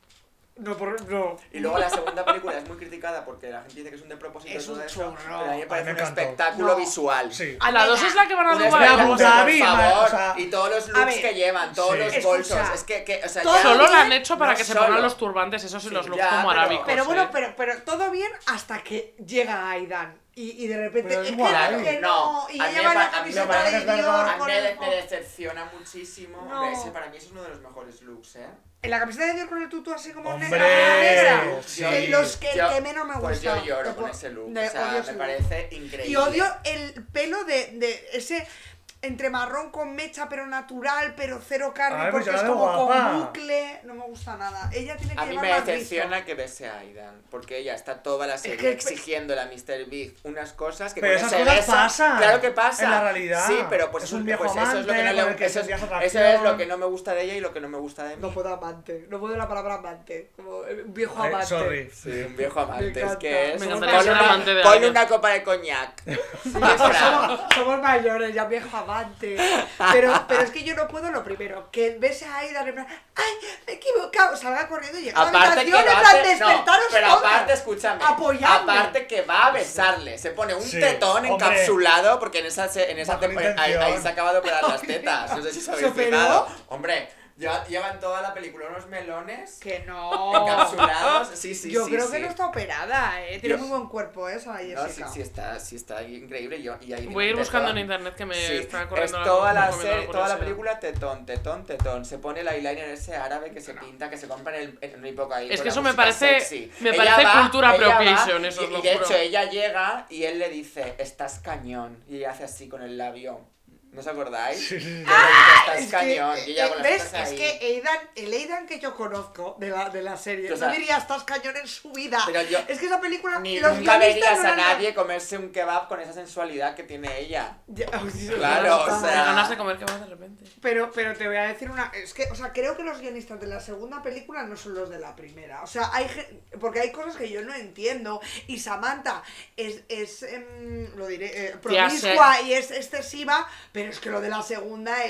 No, por, no. Y luego la segunda película es muy criticada porque la gente dice que es un de propósito Es y todo un eso, churro. pero a mí me A parece mí un me encantó. espectáculo No. visual. Sí. A la dos es la que van a Un Dubái. espectáculo, algo así. Gaby, por man, favor, o sea- y todos los A looks ver, que llevan, todos sí. los Escucha, bolsos, es que, que o sea, todo ya- Solo lo bien, han hecho para no que se solo. pongan los turbantes, esos y Sí, los looks ya, como pero- arábicos. Pero bueno, ¿eh? pero, pero todo bien hasta que llega Aidan. Y, y de repente Pero es es que, guay. que no, y a mí ella me va pa- la a mí me camiseta parece de que es Dior verdad. A mí con me, el de- fo- me decepciona muchísimo. No. Hombre, ese para mí ese es uno de los mejores looks, ¿eh? En la camiseta de Dior con el tutú así como ¡Hombre! negra, negra. Sí. Eh, Los que, Yo- el que menos me gusta. Pues yo lloro Te con puedo- ese look. de- O sea, odio me ese look. parece increíble. Y odio el pelo de, de ese entre marrón con mecha pero natural, pero cero carne Ay, pues porque yo es la veo como guapa. con bucle. No me gusta nada. Ella tiene que A mí llevar me más decepciona rizo. que bese a Aidan, porque ella está toda la serie que- exigiéndole a míster Big unas cosas que Pero cuando esas se cosas besan- pasan Claro que pasa. en la realidad. Sí, pero pues, Es eso- un viejo pues eso es lo que no amante le con el que eso, es- sentías eso atracción. es lo que no me gusta de ella y lo que no me gusta de mí. No puedo amante. No puedo la palabra amante. Como eh, un viejo Ay, amante. sorry. Sí, un viejo amante, es encanta. que es... Me Somos encantaría Ponle ser mayores. una, amante de ponle alguien. una copa de coñac. Sí, es que somos, somos mayores, ya viejo amante. Pero, pero es que yo no puedo lo primero, que ves a Aidan en plan, ¡ay, me he equivocado! Salga corriendo y llega a la Aparte que habitación lo en plan, hace, no, despertaros pero todas. aparte, escúchame, Apoyadme. aparte que va a besarle, se pone un Sí, tetón hombre. encapsulado, porque en esa, se- en esa Bajo temporada, ahí, intención. ahí se acaba de operar las tetas, no sé si os habéis ¿Se operó? fijado. Hombre, lleva- llevan toda la película unos melones Que no. encapsulados, sí, sí, Yo sí, creo sí. que no está operada, eh. Tiene Yo- muy buen cuerpo esa, No, Jessica. sí, sí está, sí está increíble y, yo, y ahí Voy a ir tiene buscando tetón. en internet que me Sí, está es corriendo toda la, comiendo serie, toda la curiosidad. película tetón, tetón, tetón. Se pone el eyeliner ese árabe que se pinta, que se compra en el, en el Hippo ahí Es con que la eso me música parece- sexy. me Ella parece va- cultura ella va, appropriation, eso y, os lo y de juro. hecho ella llega y él le dice, estás cañón. Y ella hace así con el labio. ¿No os acordáis? Sí, sí, sí. Que le dice, estás Es cañón. que, y ella eh, con las ¿ves? tetas Es ahí. que Aidan, el Aidan que yo conozco de la, de la serie, O sea, no diría estás cañón en su vida. pero yo- es que esa película. Ni los nunca guionistas verías no a la- nadie comerse un kebab con esa sensualidad que tiene ella. Ya, Claro, o Me sea- ganas de comer que vas de repente. Pero, pero te voy a decir una. Es que, o sea, creo que los guionistas de la segunda película no son los de la primera. O sea, hay gen- porque hay cosas que yo no entiendo. Y Samantha es, es em, lo diré, eh, Tía, promiscua y es excesiva, pero es que lo de la segunda es eh,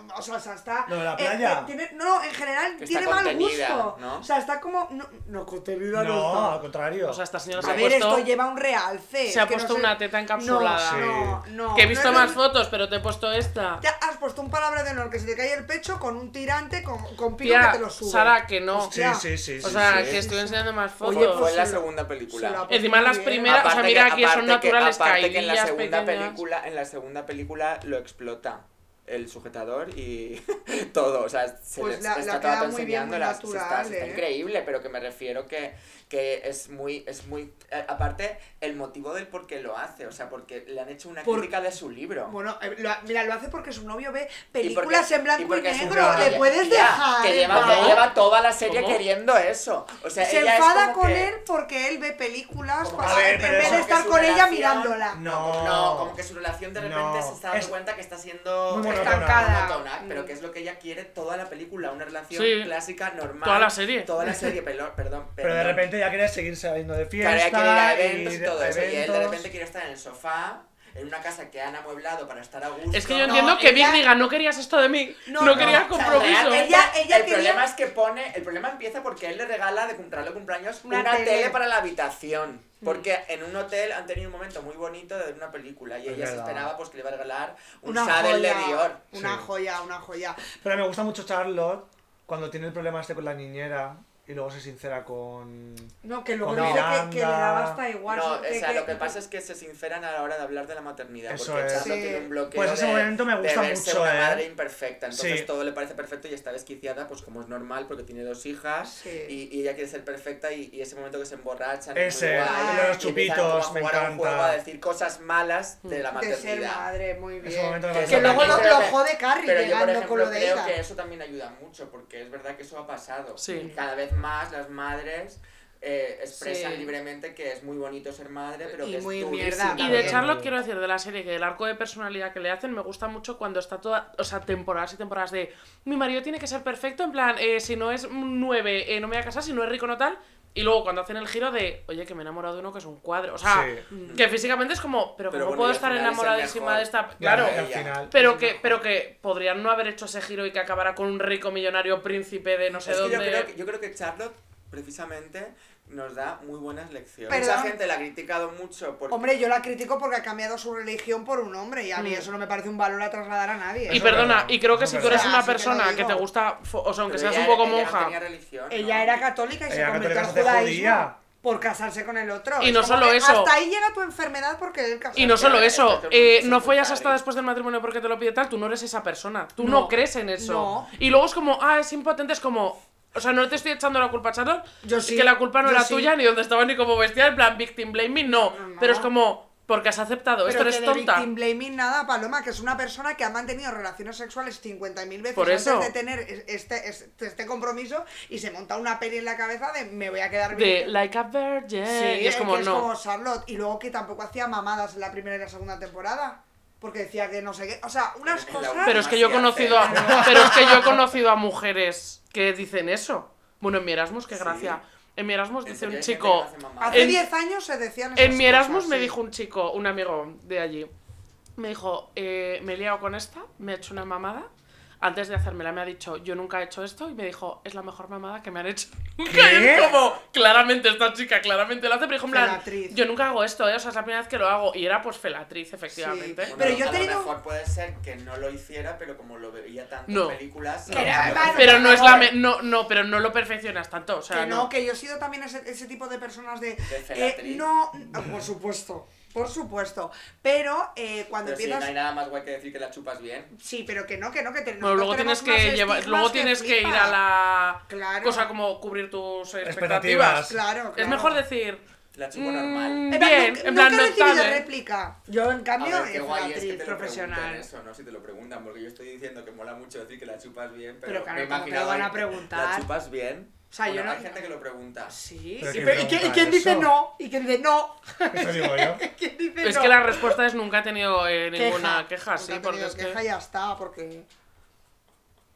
o sea, o sea, está... ¿Lo de la eh, playa? eh, tiene, no, en general Que tiene está mal contenida, gusto. ¿no? O sea, está como... No, no contenida no, No, está. al contrario. O sea, esta señora se A ha ver, puesto... esto lleva un realce. Se ha que no puesto sé- una teta encapsulada. No, no, no. Que he visto no es más lo- fotos, pero te he puesto esta. Te has puesto un palabra de honor que se te cae el pecho con un tirante con, con pico Tía, que te lo sube. Sara, que no. Hostia. Sí, sí, sí. O sí, sea, sí. que estoy enseñando más fotos. Oye, Fue pues en la se lo- segunda se película. lo ha puesto Encima muy las bien. primeras, o sea, Aparte mira, que- aquí son aparte que- naturales, aparte que en la caidillas segunda pequeñas. película, en la segunda película lo explota el sujetador y todo, o sea, se Pues le, la- está la todo el queda rato muy bien, muy enseñándolas, se está, natural, se está ¿eh? increíble, pero que me refiero que, que es muy, es muy, eh, aparte el motivo del por qué lo hace, o sea, porque le han hecho una Por- crítica de su libro. Bueno, eh, lo ha- mira, lo hace porque su novio ve Y películas porque- en blanco y, porque es un negro. rollo. Le puedes Ya, dejar. que en lleva, paz. que lleva toda la serie ¿Cómo? queriendo eso, o sea, Se ella es enfada como con que- él porque él ve películas Como para- a ver, en pero vez eso de que estar su con ella relación- mirándola. No. Como, no, como que su relación de repente No. se está dando Es- cuenta que está siendo Muy estancada, monótona. monótona, pero que es lo que ella quiere toda la película, una relación Sí. clásica, normal. Toda la serie. Toda la serie, pelo- perdón, Pero de repente ya quieres seguir saliendo de Claro, fiesta. ella quiere ir a eventos y, de- todo eso, y él de eventos. repente quiere estar en el sofá, en una casa que han amueblado para estar a gusto. Es que yo No, entiendo que ella- Big diga, no querías esto de mí, No, no, no, querías o sea, compromiso. Realmente, Ella- ella el quería- problema es que pone, el problema empieza porque él le regala de cumpleaños cumpleaños Una una, tele. tele. para la habitación. Porque en un hotel han tenido un momento muy bonito de ver una película y Es ella se verdad. esperaba pues que le iba a regalar un Una Chanel de joya, Dior. una Sí. joya, una joya. Pero me gusta mucho Charlotte cuando tiene el problema este con la niñera y luego se sincera con. No, que luego Con dice que, que le Miranda. daba hasta igual. No, so- o que- sea, que- lo que pasa es que se sinceran a la hora de hablar de la maternidad. Eso porque es. Charlotte Sí. tiene un bloqueo Pues ese de, momento me gusta de verse mucho, una ¿eh? madre imperfecta. Entonces Sí. todo le parece perfecto y está desquiciada, pues como es normal, porque tiene dos hijas Sí. y, y ella quiere ser perfecta y, y ese momento que se emborrachan Ese, es muy guay, el de los y empiezan chupitos, como a me jugar a un encanta. juego, a decir cosas malas de la de maternidad. ser madre, muy bien. Ese momento me Que parece Que eso luego lo, también lo creo que- jode Carrie Pero yo, por llegando ejemplo, con lo de creo ella. que eso también ayuda mucho, porque es verdad que eso ha pasado. Sí. Cada vez más las madres eh, expresan Sí. libremente que es muy bonito ser madre, pero Y que es muy durísimo. mierda Y de también. Charlotte quiero decir de la serie que el arco de personalidad que le hacen me gusta mucho cuando está toda, o sea, temporadas y temporadas de mi marido tiene que ser perfecto, en plan, eh, si no es un nueve, eh, no me voy a casar, si no es rico no tal. Y luego cuando hacen el giro de, oye, que me he enamorado de uno que es un cuadro. O sea, Sí. que físicamente es como, pero, Pero ¿cómo bueno, puedo y al estar final es el enamoradísima mejor. de esta? Ya, Claro, y al ella. final. pero que, pero que podrían no haber hecho ese giro y que acabara con un rico millonario príncipe de no sé Es que dónde. yo creo que, yo creo que Charlotte, precisamente, nos da muy buenas lecciones. Perdón. Mucha gente la ha criticado mucho porque... Hombre, yo la critico porque ha cambiado su religión por un hombre y a mí Mm. eso no me parece un valor a trasladar a nadie. Y Eso perdona, es verdad, y creo que eso si es tú eres verdad. una Así que lo persona que, digo. te gusta, fo- o sea, aunque pero seas ella- un poco ella no monja, tenía religión, ¿no? Ella era católica y se Ella era convirtió al católica, se hace judaísmo judía. por casarse con el otro. Y Es no como solo que eso. Hasta ahí llega tu enfermedad porque él casarse. y no solo Claro, eso, esto es eh, muy no follas secundario. hasta después del matrimonio porque te lo pide tal, tú no eres esa persona, tú No, no, crees en eso. no. Y luego es como, ah, es impotente, es como, o sea, no te estoy echando la culpa a Charlotte, Yo sí, que la culpa no yo era sí. tuya, ni dónde estaba, ni cómo vestía, en plan victim blaming, no, No, no. pero es como, porque has aceptado, esto Pero eres que de tonta. victim blaming nada, Paloma, que es una persona que ha mantenido relaciones sexuales cincuenta mil veces Por antes eso. de tener es- este, este, este compromiso y se monta una peli en la cabeza de me voy a quedar De virgen. like a virgin, Sí, y es como, que es no. como Charlotte. Y luego que tampoco hacía mamadas en la primera y la segunda temporada. Porque decía que no sé qué. O sea, unas En la cosas. Pero es que yo he conocido a, pero es que yo he conocido a mujeres que dicen eso. Bueno, en mi Erasmus, qué Sí. gracia. En mi Erasmus En dice serio, un hay gente chico, que hace mamadas. Hace en- diez años se decían esas en mi Erasmus cosas, me sí. dijo un chico, un amigo de allí, me dijo, eh, me he liado con esta, me he hecho una mamada. Antes de hacérmela me ha dicho, yo nunca he hecho esto, y me dijo, es la mejor mamada que me han hecho. nunca. Y ¿Qué? es como, claramente esta chica, claramente lo hace, pero dijo, en plan, Felatriz. yo nunca hago esto, ¿eh? O sea, es la primera vez que lo hago. Y era pues felatriz, efectivamente. Sí. Bueno, Pero yo he a tenido- lo mejor puede ser que no lo hiciera, pero como lo veía tanto No. en películas... No. Que era- vale, Pero no es la favor. me- no, no, pero no lo perfeccionas tanto, o sea, Que no, no. que yo he sido también ese, ese tipo de personas de. De eh, felatriz. no, por supuesto. Por supuesto. Pero eh, cuando Pero sí, empiezas. no hay nada más guay que decir que la chupas bien. Sí, pero que no, que no, que te, Bueno, nosotros luego tenemos tienes que unos llevar, estigmas luego tienes que ir flipas. a la Claro. cosa como cubrir tus expectativas. Expectativas. Claro, Es claro. mejor decir La chupo mm, normal. En plan, bien, nunca- en plan nunca he recibido notable. réplica. Yo, en A cambio, ver, qué eh, guay es que actriz te lo profesional. pregunten eso, ¿no? Si te lo preguntan, porque yo estoy diciendo que mola mucho decir que la chupas bien, pero, Pero claro, me ¿cómo te lo imaginaba van a que preguntar? ¿La chupas bien? O sea, yo Bueno, no- hay gente que lo pregunta. Sí. Pero ¿Y, ¿quién pero- ¿y quién, y pregunta quién dice eso? no? ¿Y quién dice no? Eso digo yo. ¿Quién dice Es no? que la respuesta es nunca he tenido eh, ninguna queja, Nunca sí, he porque tenido es que... queja y ya está, porque...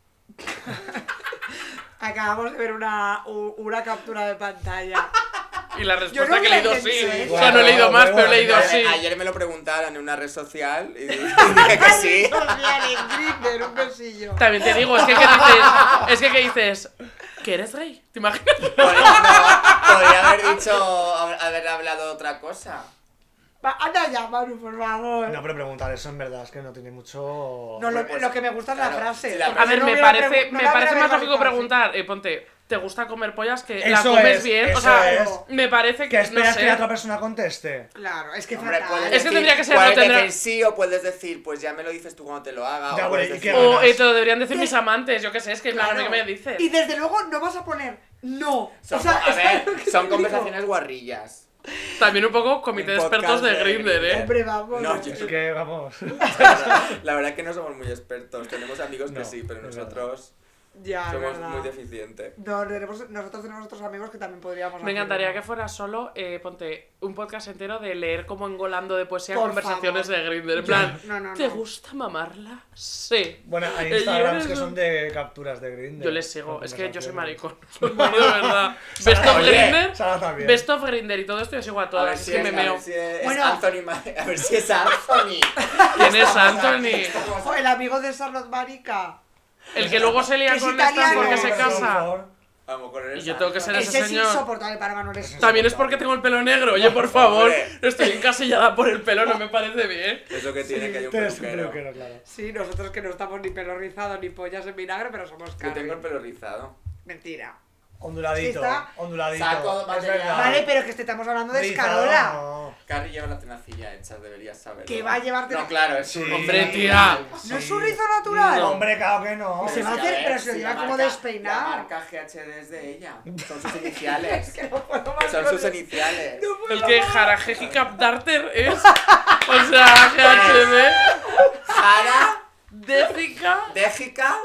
Acabamos de ver una, u- una captura de pantalla Y la Yo respuesta no que he me leído entendí, sí. ¿eh? O sea, no he leído más, pero he leído Ayer, sí. ayer me lo preguntaron en una red social y dije que sí. Social en Grindr, un besillo. También te digo, es que ¿qué dices? Es que ¿qué dices? ¿Que eres gay? ¿Te imaginas? Podría, no, podría haber dicho, haber hablado otra cosa. Va, anda ya, Manu, por favor. No, pero preguntar eso en verdad es que no tiene mucho... No, lo, pues, lo que me gusta es claro, la frase. si la- porque A si ver, no me hubiera parece, pregun- no me la parece hubiera más lógico verbalizado. preguntar, eh, ponte, ¿te gusta comer pollas? Que la Eso comes es, bien. O eso sea, es. me parece ¿Que que, esperas no sé. que la otra persona conteste? Claro, es que Hombre, fatal. puedes Es que decir- tendría que ser, puedes no tendrá- decir sí o puedes decir, pues ya me lo dices tú cuando te lo haga. Ya, o puedes bueno, ¿y decir, qué O ganas? eh, te lo deberían decir mis amantes, yo qué sé, es que Claro. claro. ¿qué me dices? Y desde luego no vas a poner no. Son, o sea, a es ver, algo que te son digo. conversaciones guarrillas. También un poco comité de Un expertos podcast de de Grindr, ¿eh? Hombre, vamos. No, yo- Es que, vamos... La verdad es que no somos muy expertos. Tenemos amigos que No, sí, pero es nosotros Ya, es somos verdad. muy deficientes. No, tenemos- nosotros tenemos otros amigos que también podríamos Me encantaría que hacerlo. fuera solo, eh, ponte, un podcast entero de leer como engolando de poesía Por conversaciones favor. de Grindr. En plan, No, no, ¿te no. gusta mamarla? Sí. Bueno, hay Eh, Instagrams yo que eres son un- de capturas de Grindr. Yo les sigo, Con es que yo soy conversaciones. maricón. De verdad. Sara Best of también, Grindr, Sara también. Best of Grindr y todo esto yo sigo a A todas, ver es si que es, me a ver meo. si es Bueno. Anthony Ma- a ver si es Anthony. ¿Quién es Anthony? Ojo, el amigo de Charlotte Marica. El que luego se lía Que es con esta italiano. porque se Por casa. A lo mejor eres Y yo tengo que ser Anthony. ese Ese es señor. insoportable para Manuel. es También es porque tengo el pelo negro. Oye, por favor, Hombre. estoy encasillada por el pelo, no me parece bien. Es lo que tiene que hay un Tú eres un peluquero. peluquero, claro. Sí, nosotros que no estamos ni pelo rizado ni pollas en vinagre, pero somos Yo carne. tengo el pelo rizado. Mentira. Onduladito, Está- onduladito. Saco es material. verdad. Vale, pero que te estamos hablando de Rizado, escarola. no. Carrie lleva la tenacilla hecha, deberías saberlo. Que va a llevarte- No, claro, es Sí. un Hombre, tía. ¿No es un rizo natural? No. Hombre, claro que no. Se va a Sí, hacer, ver, pero se lo sí, lleva la como marca- despeinado. La marca G H D es de ella. Son sus iniciales. Que no puedo más Son con sus él. iniciales. No puedo El que más. Jarajeji Capdarter es. O sea, G H D, Jara, Décica, Déjica,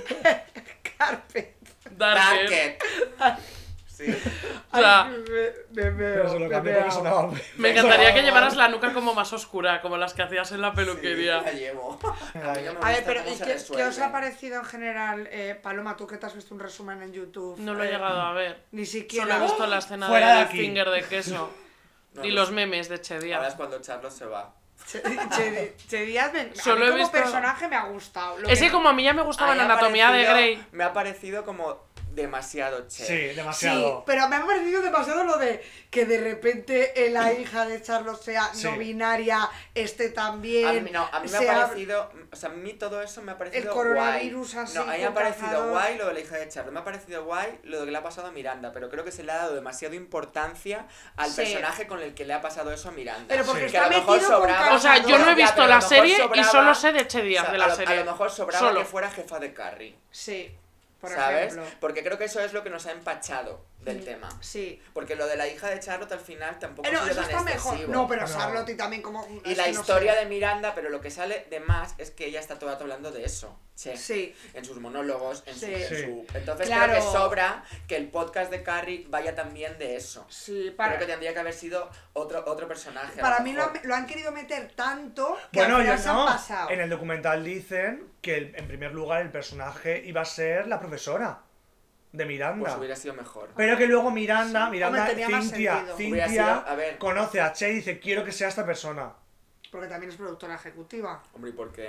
Carpet. Darker. Darket. Sí. O sea, Ay, me, me veo, Pero se lo me cambié veo. porque sonaba muy... me encantaría que llevaras la nuca como más oscura, como las que hacías en la Sí, peluquería. la llevo. A mí no me A ver, gusta pero cómo ¿y se qué, resuelve. qué os ha parecido en general, eh, Paloma, tú que te has visto un resumen en YouTube? No lo he eh, llegado a ver. Ni Solo siquiera. he visto la escena Fuera de del aquí. finger de queso. No, Y no los sé. memes de Che Ahora es Díaz. cuando Charlos se va. Che, Che- Che Díaz me- a Solo mí he como visto- personaje me ha gustado. Lo Es que que no- como a mí ya me gustaba A mí la me ha anatomía de parecido- Grey. Me ha parecido como demasiado che. Sí, Sí, demasiado. pero me ha parecido demasiado lo de que de repente eh, la hija de Charlos sea Sí. no binaria, este también. A mí, no, a mí me sea- ha parecido, o sea, a mí todo eso me ha parecido coronavirus guay. así No, a mí me ha con parecido cazador. guay lo de la hija de Charlo, me ha parecido guay lo de que le ha pasado a Miranda, pero creo que se le ha dado demasiada importancia al Sí. personaje con el que le ha pasado eso a Miranda. Pero porque Sí. Que a está lo mejor metido con sobraba- O sea, yo no he Ya, visto pero a la lo mejor serie y sobraba- solo sé de Che o Díaz sea, de a la lo- serie. A lo mejor sobraba Solo. que fuera jefa de Carrie, Sí, por ¿sabes? ejemplo. Porque creo que eso es lo que nos ha empachado del tema. Sí. Porque lo de la hija de Charlotte al final tampoco Pero ha sido eso tan está mejor. excesivo. No, pero No. Charlotte y también como. Y es la que no historia sé. de Miranda, pero lo que sale de más es que ella está todo el rato hablando de eso. Che. Sí. En sus monólogos, en, su, Sí. en Sí. su- Entonces Claro. creo que sobra que el podcast de Carrie vaya también de eso. Sí, para, Creo que tendría que haber sido otro, otro personaje. a para lo mí lo, mejor. lo han querido meter tanto que Bueno, al final yo se han no. pasado. En el documental dicen que el- en primer lugar el personaje iba a ser la profesora de Miranda. Pues hubiera sido mejor. Pero que luego Miranda, Miranda, Hombre, tenía más Cintia, sentido. Hubiera Cintia sido- a ver. conoce a Che y dice quiero que sea esta persona. Porque también es productora ejecutiva. Hombre, ¿y por qué?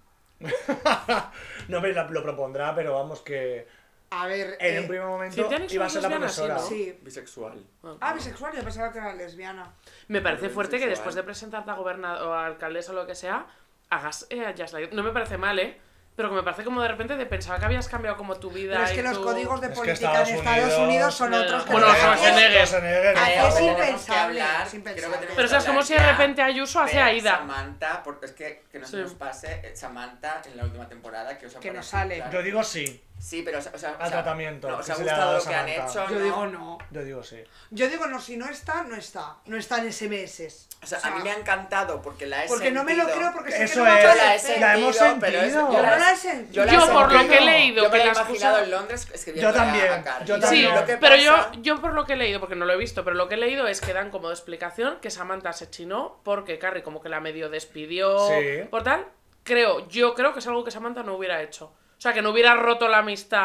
No me la- lo propondrá, pero vamos que A ver. en eh, un primer momento Cintia Nixon iba a ser la lesbiana, sí, profesora. ¿no? Sí. Bisexual. Ah, bisexual, yo pensaba que era lesbiana. Me parece Hombre, fuerte que bisexual. después de presentarte a gobernador o a alcaldesa o lo que sea, hagas eh, a Just Like- No me parece mal, ¿eh? Pero que me parece como de repente de pensaba que habías cambiado como tu vida. Pero es y que los tu- códigos de Es que política Estados en Estados Unidos- Unidos son Ya. otros que Bueno, los de Schwarzenegger. aquí. Schwarzenegger. Aquí Creo es que tenemos que impensable, hablar, es creo que impensable. tenemos Pero o sea, es que como hablar si de ya repente Ayuso hace de Aida. Samantha, porque es que, que no se Sí. nos pase eh, Samantha en la última temporada que os ha Que no parecido, sale. claro. Yo digo sí, Sí, pero o sea, o sea, Al o sea, tratamiento no, que os ha se le ha gustado dado lo que han a Samantha. hecho, Yo ¿no? digo no. yo digo sí. Yo digo no, si no está, no está. No está en ese meses. O sea, a mí me ha encantado porque la he Porque no me lo sentido. creo, porque sé que Eso no va a es, Yo la he aparecer. sentido, la hemos pero es- sentido. yo la, No la he he- sentido. yo la Yo, he por lo sentido. que he leído, yo me que la he la imaginado excusa- en Londres escribiendo Yo también, a Carrie. yo Sí, también. Lo que pero pasa- yo, yo por lo que he leído, porque no lo he visto, pero lo que he leído es que dan como de explicación que Samantha se chinó porque Carrie como que la medio despidió Sí. por tal. Creo, yo creo que es algo que Samantha no hubiera hecho. O sea, que no hubiera roto la amistad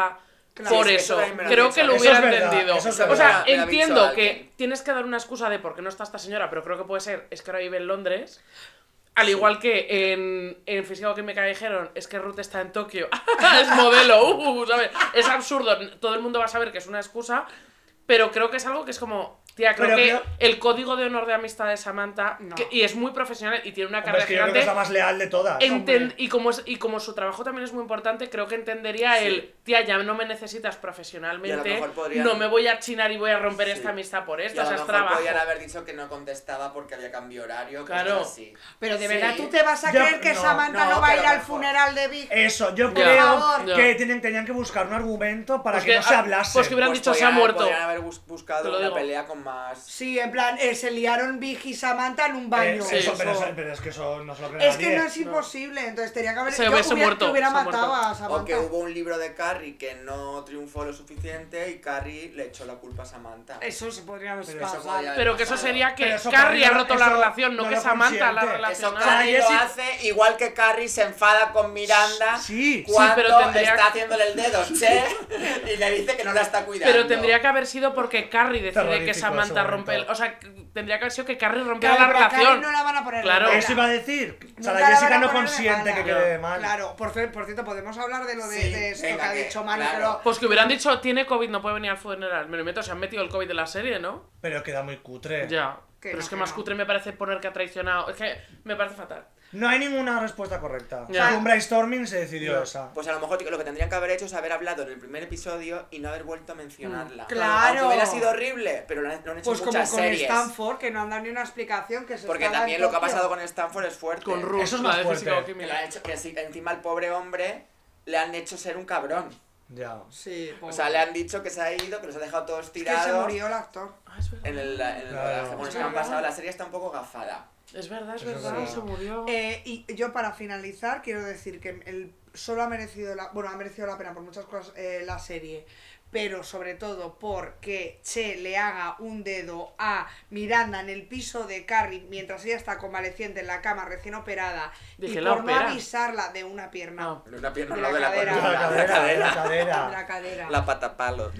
Claro. Por Sí, eso, eso me lo creo han que dicho. lo Eso hubiera es verdad, entendido. eso es O verdad. sea, Me lo ha dicho entiendo alguien. que tienes que dar una excusa de por qué no está esta señora, pero creo que puede ser, es que ahora vive en Londres. Al igual que en, en Físico Química dijeron, es que Ruth está en Tokio, es modelo, uh, ¿sabes? Es absurdo, todo el mundo va a saber que es una excusa, pero creo que es algo que es como, tía, creo Pero que creo- el código de honor de amistad de Samantha, No. que- y es muy profesional y tiene una Hombre, carrera es que yo creo gigante, que es la más leal de todas. enten- y, como es, y como su trabajo también es muy importante, creo que entendería Sí. el, tía, ya no me necesitas Y a profesionalmente, lo mejor podrían- no me voy a chinar y voy a romper Sí. esta amistad por Y esto, a o lo sea, es mejor trabajo. podían haber dicho que no contestaba porque había cambio horario, cosas Claro. así. Pero de Sí. verdad, ¿tú te vas a Yo- creer que no, Samantha no, no, va a pero ir al mejor. funeral de Vic? Eso, yo Ya. creo Por favor. que tienen, tenían que buscar un argumento para Pues que, que- no se ah, hablase. pues que hubieran Pues dicho, se ha podían- muerto. Podrían haber bus- Te buscado lo una digo. pelea con más... Sí, en plan, eh, se liaron Vic y Samantha en un baño. Eh, eso, Sí. pero, eso- pero es que eso no se lo cree Es que nadie. no es imposible, entonces tenía que haber... Se yo hubiese hubiera, muerto, que hubiera se ha matado muerto. a O Samantha. que hubo un libro de Carrie que no triunfó lo suficiente y Carrie le echó la culpa a Samantha. Eso se podría haber Pero eso pasado. podría haber Pero que eso pasado. sería que Pero eso Carrie ha Carrie roto no- la eso relación, no no que lo Samantha la ha consiente. relacionado. Eso Carrie lo Jessie- hace igual que Carrie se enfada con Miranda Sí. cuando Sí, pero tendría- está haciéndole el dedo che y le dice que no la está cuidando. Pero tendría que haber sido porque Carrie decide Terrorífico que ese Samantha rompe el... momento. O sea, tendría que haber sido que Carrie rompiera Claro, la pero a Carrie relación. no la van a poner Claro. de Eso mala. iba a decir. O sea, Nunca la la Jessica van a no poner de consiente mala. que quede mal. Claro, por, cier- por cierto, podemos hablar de lo de, Sí, de esto venga, que ha que- dicho Manu, claro. pero... Pues que hubieran dicho, tiene COVID, no puede venir al funeral. Me lo meto, se han metido el COVID en la serie, ¿no? Pero queda muy cutre. Ya. Que Pero no, es que que más no. cutre me parece poner que ha traicionado. Es que me parece fatal. No hay ninguna respuesta correcta. Ya. Fue un brainstorming y se decidió No. esa. Pues a lo mejor lo que tendrían que haber hecho es haber hablado en el primer episodio y no haber vuelto a mencionarla. Mm, claro. Aunque hubiera sido horrible, pero lo han, lo han hecho Pues en como muchas con series. Stanford, que no han dado ni una explicación, que se Porque estaba también en lo que ha Tokio. pasado con Stanford es fuerte. Con Ruth, Eso es la más de fuerte. física o Que, lo química. han hecho, que sí, encima al pobre hombre le han hecho ser un cabrón. Ya. Sí, O sea, le han dicho que se ha ido, que los ha dejado todos es que tirados. se murió el actor. Ah, es verdad. En el, en el Claro. rodaje. Bueno, Es es que me han verdad. pasado, la serie está un poco gafada. Es verdad, es Eso es verdad, verdad. se murió. Eh, y yo para finalizar quiero decir que el, solo ha merecido la, bueno, ha merecido la pena por muchas cosas eh, la serie, pero sobre todo porque Che le haga un dedo a Miranda en el piso de Carrie mientras ella está convaleciente en la cama recién operada Dije, y la por no opera. avisarla de una pierna, Ah. De una pierna, De no la de la cadera. De la columna, de la cadera, de la cadera. de cadera. la cadera. La patapalo.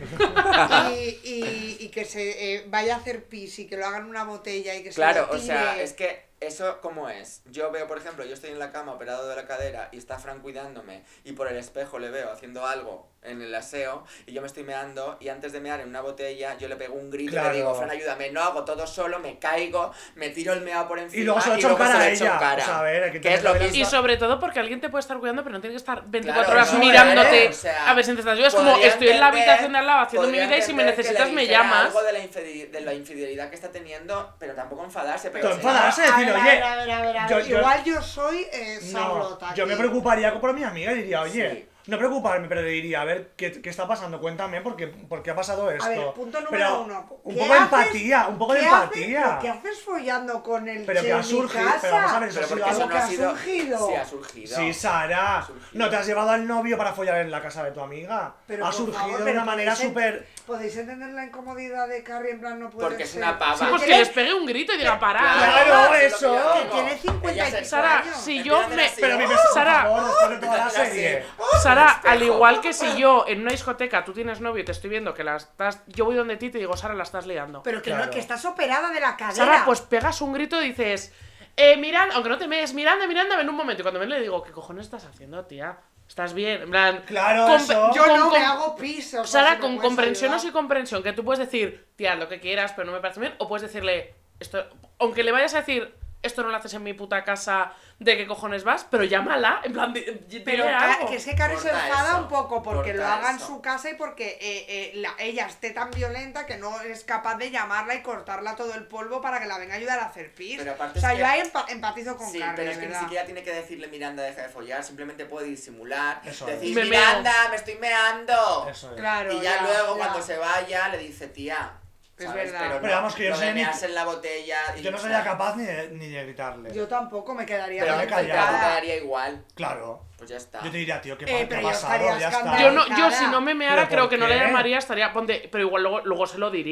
Y, y, y que se eh, vaya a hacer pis y que lo hagan en una botella y que Claro, se o lo sea, tire. es que eso cómo es. Yo veo, por ejemplo, yo estoy en la cama operado de la cadera y está Fran cuidándome y por el espejo le veo haciendo algo en el aseo y yo me estoy meando y antes de mear en una botella yo le pego un grito y Claro. le digo, Fran, ayúdame, no hago todo solo, me caigo, me tiro el meado por encima Y luego se lo echo en cara se lo a echo en ella. cara. O sea, a ver, hay que Que es tener lo la mismo. Y sobre todo porque alguien te puede estar cuidando, pero no tiene que estar veinticuatro Claro, horas eso mirándote es, o sea, a ver si te estás. Yo es como, podría estoy en la entender- habitación de al lado haciendo mi podría vida y si me entender que necesitas le me dijera llamas. algo de la, infidel- de la infidelidad que está teniendo, pero tampoco enfadarse. Pero Pero sí. enfadarse, A decir, ver, a oye. ver, a ver, a ver, a yo- ver. yo- Igual yo soy eh, No, sabrota yo me aquí. preocuparía por mi amiga y diría, oye, Sí. no preocuparme, pero le diría, a ver, ¿qué, qué está pasando? Cuéntame, ¿por qué, por qué ha pasado esto? A ver, punto número Pero uno. un ¿Qué poco de haces- empatía, un poco de ¿Qué haces- empatía. ¿Qué haces follando con el Pero Che que ha en mi surgido, casa? pero vamos a ver, eso Pero ha sido porque eso algo no que ha ha sido... surgido. Sí, ha surgido. Sí, Sara, Ha surgido. no te has llevado al novio para follar en la casa de tu amiga. Pero, ha por surgido favor, de pero una manera podéis en- súper... ¿Podéis entender la incomodidad de Carrie en plan no puede Porque es ser? una pava. Sí, pues que tiene- les pegue un grito y diga, pará. Claro, es lo eso. que yo Que digo. tiene cincuenta y Ella se- pico Sara, años. si yo Empiezan me... así, Pero mi ¡oh! beso, por Sara, favor, después de toda la Empiezan así. serie. Sara, espejo. al igual que si yo en una discoteca tú tienes novio y te estoy viendo que la estás... Yo voy donde ti y te digo, Sara, la estás liando. Pero que Claro. no, que estás operada de la cadera. Sara, pues pegas un grito y dices, eh, Miranda, aunque no te mees, Miranda, Miranda, ven un momento. Y cuando me le digo, ¿qué cojones estás haciendo, tía? ¿Estás bien? En plan... Claro, comp- eso. Yo con- no con- me hago pis. o sea, Sara, si me con puedes comprensión o ayudar. sin comprensión, que tú puedes decir, tía, lo que quieras, pero no me parece bien, o puedes decirle, esto, aunque le vayas a decir, esto no lo haces en mi puta casa, ¿de qué cojones vas? Pero llámala, en plan, di- di- Pero dile ca- algo. que es que Carrie se Corta enfada eso, un poco porque lo corta haga en eso. su casa y porque eh, eh, la- ella esté tan violenta que no es capaz de llamarla y cortarla todo el polvo para que la venga a ayudar a hacer pis. Pero aparte O sea, es yo que- ahí empa- empatizo con Sí, Carrie, pero es de que ni verdad. siquiera tiene que decirle Miranda deja de follar, simplemente puede disimular, Eso es. decir Me meo. Miranda, me estoy meando. Eso es. Claro, Y ya, ya, luego ya. cuando se vaya le dice tía. Es ¿sabes? verdad. Pero, Pero no, vamos, que yo lo no de sé ni- mearse en la botella. Y, Yo no o sería sea, capaz ni de, ni de gritarle. Yo tampoco me quedaría Pero me me he callado. petrificada. quedaría igual. Claro. Pues ya está. Yo te diría, tío, ¿qué, Eh, pa- qué pero ha yo pasado? estaría Ya está. escandalizada. Yo no, yo Cara. si no me meara ¿Pero creo por que no le qué? llamaría, estaría, ponte, pero igual luego, luego se lo diría.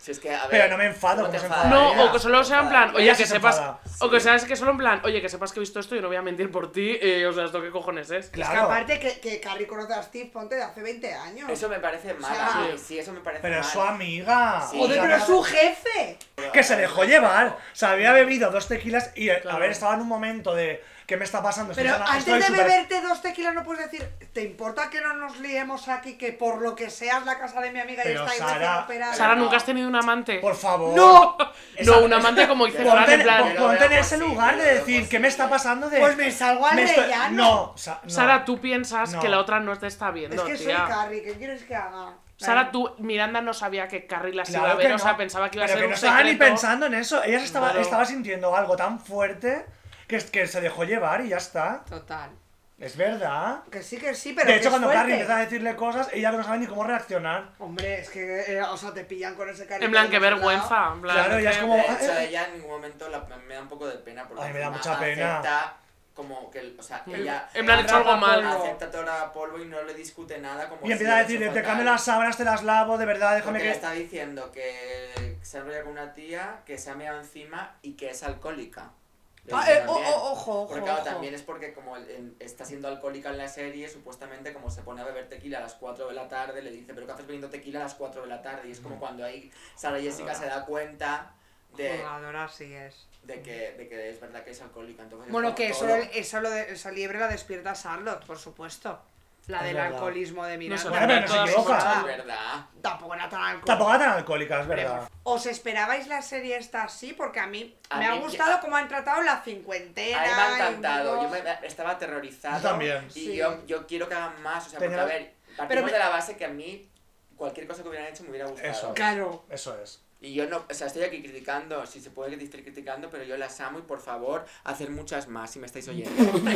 Si es que, a ver, Pero no me enfado, ¿cómo como te se enfadas? enfada No, ella. o que solo sea en plan, Ella oye, sí que se sepas. enfada. O que sabes que solo en plan, oye, que sepas que he visto esto y no voy a mentir por ti. Eh, o sea, ¿esto qué cojones es? Es que Claro. aparte que, que Carrie conoce a Steve Ponte de hace veinte años. Eso me parece mal, O sea, sí, sí, eso me parece Pero mal. es su amiga. Sí. Joder, pero es su jefe. Que se dejó llevar. Se había bebido dos tequilas y, Claro. a ver, estaba en un momento de... ¿Qué me está pasando? Estoy Pero sana- antes estoy de súper- beberte dos tequilas no puedes decir, ¿te importa que no nos liemos aquí, que por lo que sea es la casa de mi amiga y Pero está ahí Sara- recién operada? Sara, no. ¿nunca has tenido un amante? Por favor. ¡No! Esa- No, un amante como dice Fran, Ponte, en plan. pon- Yo lo ponte veo en ese posible, lugar yo de lo veo decir, ¿qué me está posible. pasando de...? Pues me salgo al me estoy- rellano. No, Sa- no. Sara, tú piensas No. que la otra no te está Es viendo, que soy tía. Carrie, ¿qué quieres que haga? Sara, tú, Miranda no sabía que Carrie las iba Claro a ver, que o sea, no. pensaba que iba Pero a ser que un no estaba ni secreto. pensando en eso. Ella se estaba, Claro. estaba sintiendo algo tan fuerte que, que se dejó llevar y ya está. Total. Es verdad. Que sí, que sí, pero De que hecho, es cuando fuerte. Carrie empieza a decirle cosas, ella no sabe ni cómo reaccionar. Hombre, es que, eh, o sea, te pillan con ese cariño. En plan, qué vergüenza. En plan, Claro, ya es que- como- De hecho, ella en ningún momento la- me da un poco de pena porque Ay, me da encima mucha pena. acepta como que, o sea, ella En plan, he hecho algo mal. acepta toda la polvo y no le discute nada como Y si empieza a hubiera hecho decirle, te fatal. cambio las sábanas, te las lavo, de verdad, déjame Porque le que... está diciendo que se enrolla con una tía, que se ha meado encima y que es alcohólica. Le Ah, dice eh, oh, también. oh, ojo, ojo, Porque claro, ojo. también es porque como el- en- está siendo alcohólica en la serie, supuestamente como se pone a beber tequila a las cuatro de la tarde, le dice, pero ¿qué haces bebiendo tequila a las cuatro de la tarde? Y es como cuando ahí Sara Jessica se da cuenta de, Jugadora sí es. de, que, de que es verdad que es alcohólica. Entonces es Bueno, como que eso, todo- eso lo de, esa liebre la despierta Charlotte, por supuesto. La Es del verdad. alcoholismo de Miranda. No sé, Bueno, pero no se todas equivoca. son- Es verdad. Tampoco era tan alcohólica. Tampoco era tan alcohólica, es verdad. ¿Os esperabais la serie esta así? Porque a mí A me ha mí gustado ya- cómo han tratado la cincuentena. A mí me ha y un encantado, poco- yo me, estaba aterrorizado. Yo también. Y Sí. yo, yo quiero que hagan más, o sea, porque Tenía- a ver, partimos Pero me- de la base que a mí cualquier cosa que hubieran hecho me hubiera gustado. Eso. Claro. Eso es. Y yo no, o sea, estoy aquí criticando, si se puede que estoy criticando, pero yo las amo y por favor, hacer muchas más, si me estáis oyendo.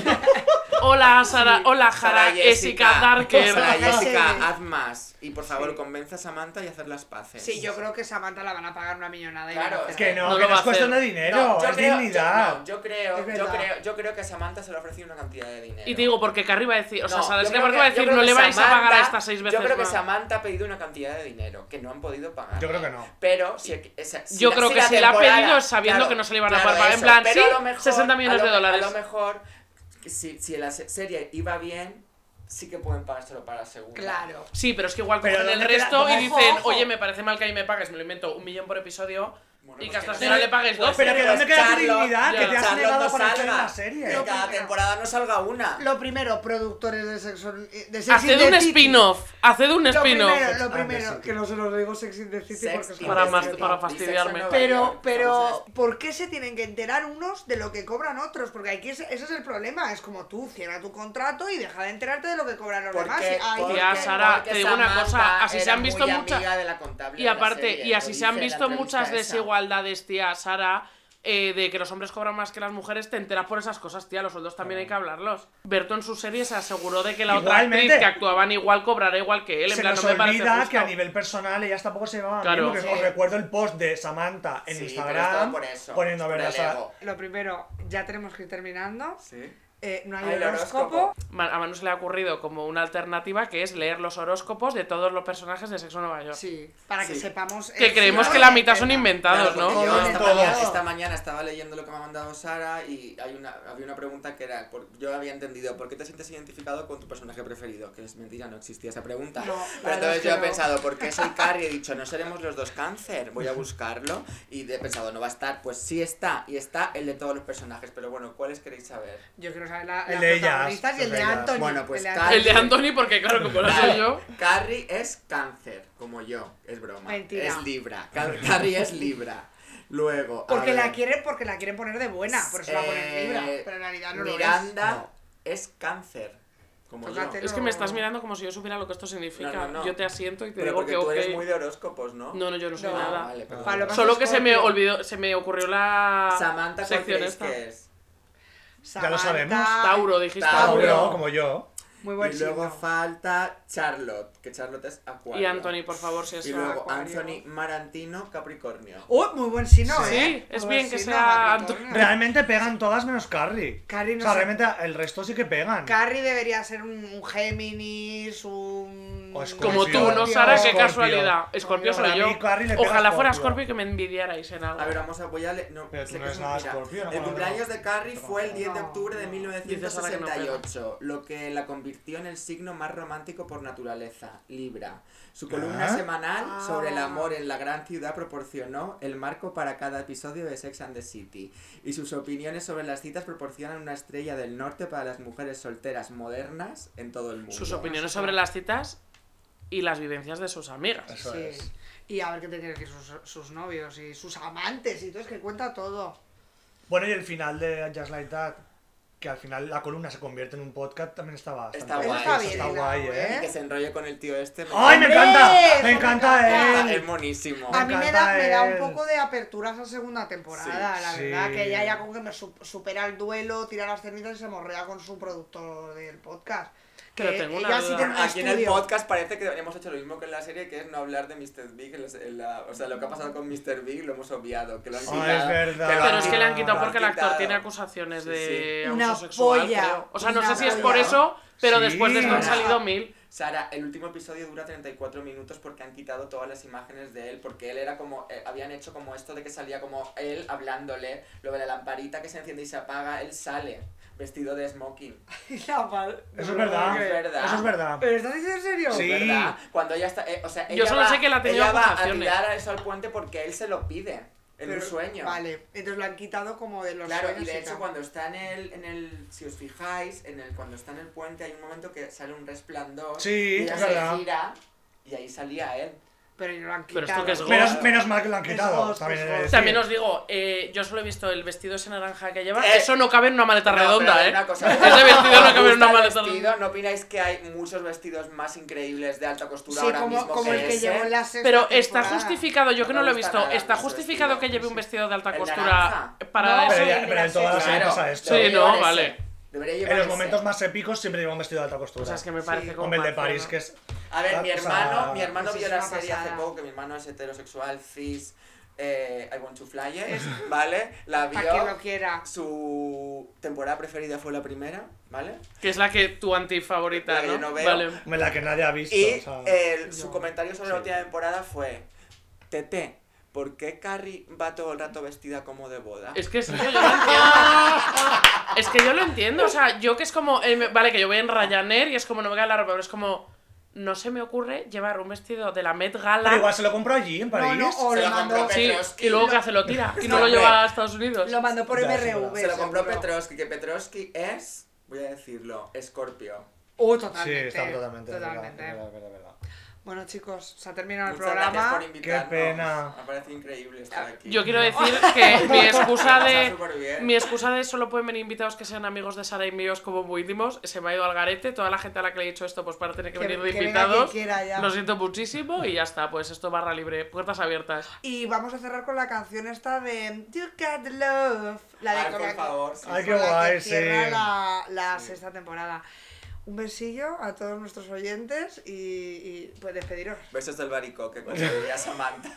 Hola, Sara. Hola, Jara. Sara Jessica Darker. Sara Sí. Jessica, haz más. Y por favor, Sí. convenza a Samantha y hacer las paces. Sí, yo creo que Samantha la van a pagar una millonada. y Claro, van a es hacer- Que no, No que lo no va es a cuestión de hacer. dinero, No, yo es creo, dignidad. Yo, no, yo creo, Es yo verdad. creo, yo creo que a Samantha se le ha ofrecido una cantidad de dinero. Y te digo, porque Carrie va a decir, o sea, No, Sara yo Jessica creo Parker va a que- yo decir, creo no que le vais a pagar a Samantha- estas seis veces Yo creo que más. Samantha ha pedido una cantidad de dinero que no han podido pagar. Yo creo que no. Pero si, esa- si Yo la- creo si que la si la ha temporada- pedido es sabiendo claro, que no se le iban a claro, poder pagar. En eso, plan, pero sí, a lo mejor- sesenta millones a lo- de dólares. A lo mejor, si, si la se- serie iba bien, sí que pueden pagárselo para la segunda. Claro. Sí, pero es que igual Pero cogen el ¿dónde queda- resto y ojo, dicen, ojo? oye, me parece mal que ahí me pagues, me lo invento, un millón por episodio Bueno, y pues que a esta que señora no. le pagues Pues doce. Pero que Pero ¿dónde queda tu Charlotte- dignidad? ya. Que te has Charlotte negado no a aparecer en salga. la serie. Que Lo cada primero. temporada no salga una. Lo primero, productores de sexo. De Sex Haced in the un City. spin-off, haced un Lo spin-off. primero, lo Sex and the primero, City. que no se los digo Sex in the City Sex porque in Para the más- City. para Y Sexo en fastidiarme. Nueva Pero, York, pero, vamos a ver. ¿por qué se tienen que enterar unos de lo que cobran otros? Porque aquí ese, ese es el problema. Es como tú, cierra tu contrato y deja de enterarte de lo que cobran los Porque- demás. Y, ay, porque- Tía, Sara, porque te digo una Samantha cosa, así se era han visto muy muchas- amiga de la contable Y de la aparte, serie, y así lo se han dice en la visto entrevista muchas esa. desigualdades, tía, Sara, eh, de que los hombres cobran más que las mujeres, te enteras por esas cosas, tía, los sueldos también hay que hablarlos. Berto en su serie se aseguró de que la otra Igualmente. actriz que actuaban igual cobrara igual que él, en Se plan, nos no me parece olvida justo. que a nivel personal ellas tampoco se llevaban Claro. bien, porque Sí. os recuerdo el post de Samantha en Sí, pero es Instagram todo por eso, poniendo a por ver el la ego. Lo primero, ya tenemos que ir terminando. Sí. Eh, no hay Ah, el horóscopo. horóscopo. Ma- A Manu se le ha ocurrido como una alternativa que es leer los horóscopos de todos los personajes de Sexo en Nueva York. Sí, para que Sí. sepamos. Que el creemos signo que la de mitad son verdad. inventados, Claro, porque ¿no? yo Todo, esta, todo. mañana, esta mañana estaba leyendo lo que me ha mandado Sara y hay una, había una pregunta que era, por- yo había entendido, ¿por qué te sientes identificado con tu personaje preferido? Que es mentira, no existía esa pregunta. No, la Pero verdad entonces es que yo he no. pensado, ¿por qué soy Carrie? He dicho, ¿no seremos los dos cáncer? Voy a buscarlo y he pensado, no va a estar. Pues sí está, y está el de todos los personajes, pero bueno, ¿cuáles queréis saber? Yo quiero saber la, El las de ellas, protagonistas y el de ellas. Anthony. Bueno, pues el de Carrie- El de Anthony, porque claro, como lo soy yo. Carrie es cáncer, como yo, es broma. Mentira. Es Libra, Car- Carrie es Libra. Luego, a Porque la ver. quieren, porque la quieren poner de buena, por eso la ponen Eh, libra, pero en realidad no Miranda No. es cáncer, como Tócate. yo. Es que me estás mirando como si yo supiera lo que esto significa. No, no, no. Yo te asiento y te Pero digo porque que tú ok. eres muy de horóscopos, ¿no? No, no, yo no soy No, nada. Vale, perdón. Paloma Solo que se me Escorpio. olvidó, se me ocurrió la Samantha, ¿cuál sección creéis esta. que es? lo Ya lo sabemos. Tauro, dijiste. Tauro. Tauro, como yo. Muy buen Y luego signo. falta Charlotte, que Charlotte es Acuario. Y Anthony, por favor, si es Y luego Acuario. Anthony Marantino, Capricornio. Oh, muy buen signo, Sí, ¿eh? es Muy bien buen que signo, sea Capricornio. Realmente pegan todas menos Carrie. Carrie no o sea, sé. realmente el resto sí que pegan. Carrie debería ser un, un Géminis, un... Como tú, ¿no, Sara? Qué Scorpio. casualidad. Scorpio Para soy yo. mí, Carrie le pega Ojalá a fuera Scorpio. Scorpio y que me envidiarais en algo. A ver, vamos a voy a le- no, Pero tú sé no que eres es nada mentira. Scorpio, no El me cumpleaños acuerdo. de Carrie fue el diez de No, octubre de no. mil novecientos Dices ahora que no sesenta y ocho, lo que la convirtió en el signo más romántico por naturaleza, Libra. Su columna ¿Ah? semanal Ah. sobre el amor en la gran ciudad proporcionó el marco para cada episodio de Sex and the City, y sus opiniones sobre las citas proporcionan una estrella del norte para las mujeres solteras modernas en todo el mundo. Sus opiniones sobre las citas y las vivencias de sus amigas. Eso Sí. es. Y a ver qué te quiere decir sus, sus novios y sus amantes y todo, es que cuenta todo. Bueno, y el final de Just Like That, que al final la columna se convierte en un podcast, también está bastante Está Eso guay, está eso bien, está hilado, guay, Y ¿eh? que se enrolle con el tío este. ¡Ay, me ¡Hombre! encanta! Eso ¡Me me encanta encanta. él! Es monísimo. A mí me encanta da, me da un él. poco de apertura esa segunda temporada, Sí, la sí. verdad, que ella ya como que me su- supera el duelo, tira las cenizas y se morrea con su productor del podcast. Que Pero tengo una ella sí duda. tiene un Aquí en el estudio. podcast parece que hemos hecho lo mismo que en la serie, que es no hablar de mister Big. En la- en la- o sea, lo que ha pasado con mister Big lo hemos obviado. Que lo han Ah, quitado, es verdad. que lo Pero han es que le han quitado, quitado lo han porque el actor quitado. tiene acusaciones Sí, de sí. abuso Una sexual, polla, creo. O sea, no una sé si es polla. por eso, pero Sí. después de esto han Sara. salido mil. Sara, el último episodio dura treinta y cuatro minutos porque han quitado todas las imágenes de él, porque él era como, eh, habían hecho como esto de que salía como él hablándole, lo de la lamparita que se enciende y se apaga, él sale vestido de smoking. La mal- Eso no es me lo verdad. puedo Es creer. verdad. Eso es verdad. ¿Pero estás diciendo en serio? Sí. ¿Verdad? Cuando ella está, eh, o sea, ella Yo solo va, sé que él ha tenido ella va a acusaciones. tirar eso al puente porque él se lo pide en Pero- un sueño. Vale, entonces lo han quitado como de los Claro, sueños y de y hecho tal. cuando está en el, en el, si os fijáis, en el, cuando está en el puente hay un momento que sale un resplandor Sí, y ella es se verdad. gira y ahí salía él. Pero lo han Pero quitado. esto que es Menos, God. menos mal que lo han Es quitado. God, También es he de God. decir. También os digo, eh, yo solo he visto el vestido ese naranja que lleva. Eh, Eso no cabe en una maleta No, redonda, pero ¿eh? una cosa, Ese vestido no ¿os cabe en una gusta el maleta vestido? redonda. ¿No opináis que hay muchos vestidos más increíbles de alta costura Sí, ahora como, mismo como que el que ese? llevó en la sexta Pero está temporada. justificado, yo que No no me lo he gusta visto, nada está ese justificado vestido. que lleve un vestido de alta El costura naranja. para No, eso. Pero, sí, ya, en pero en la todas las sexta. series Claro, pasa esto. Sí, debería no, llevar vale. ese. Debería llevar En los ese. momentos más épicos siempre lleva un vestido de alta costura. O sea, es que me parece Sí. como Como el de mazo, París, ¿no? que es... A ver, mi o sea, hermano, mi hermano Eso vio es la una serie hace pasada. poco, que mi hermano es heterosexual, cis, eh, I want to fly it, ¿vale? La Para quien lo vio, quiera. su temporada preferida fue la primera, ¿vale? Que es la que tu antifavorita, La que ¿no? yo no veo. Vale. Me la que nadie ha visto. Y o sea, el- su No. comentario sobre Sí. la última temporada fue, Tete, ¿por qué Carrie va todo el rato vestida como de boda? Es que sí, yo, yo lo entiendo. Es que yo lo entiendo, o sea, yo que es como, eh, me- vale, que yo voy en Ryanair y es como, no me cae la ropa, pero es como, no se me ocurre llevar un vestido de la Met Gala. Pero igual se lo compró allí, en París. No, no, o Se lo lo mandó, compró Sí, Petrovsky. y luego que hace, lo tira y no No, lo lleva hombre. a Estados Unidos. lo mandó por Ya, M sí, R V. Se lo compró seguro. Petrovsky, que Petrovsky es, voy a decirlo, Scorpio. Uh, Sí, totalmente. está totalmente. es verdad, Totalmente. es verdad, es verdad, es verdad. Bueno, chicos, se ha terminado el Muchas gracias programa. por invitarnos. Qué pena. Me parece increíble estar aquí. Yo quiero decir que mi excusa Me de pasa superbién. mi excusa de solo pueden venir invitados que sean amigos de Sara y míos como muy íntimos se me ha ido al garete. Toda la gente a la que le he dicho esto, pues para tener que, Que- venir de que venga invitados. quien quiera ya. Lo siento muchísimo y ya está, pues esto barra libre, puertas abiertas. Y vamos a cerrar con la canción esta de You Got the Love. La de Ay, con por la que- favor, sí. Ay, con qué la que guay, cierra sí. la, la Sí. sexta temporada. Un besillo a todos nuestros oyentes y, y pues despediros. Besos del baricoque, como diría Samantha.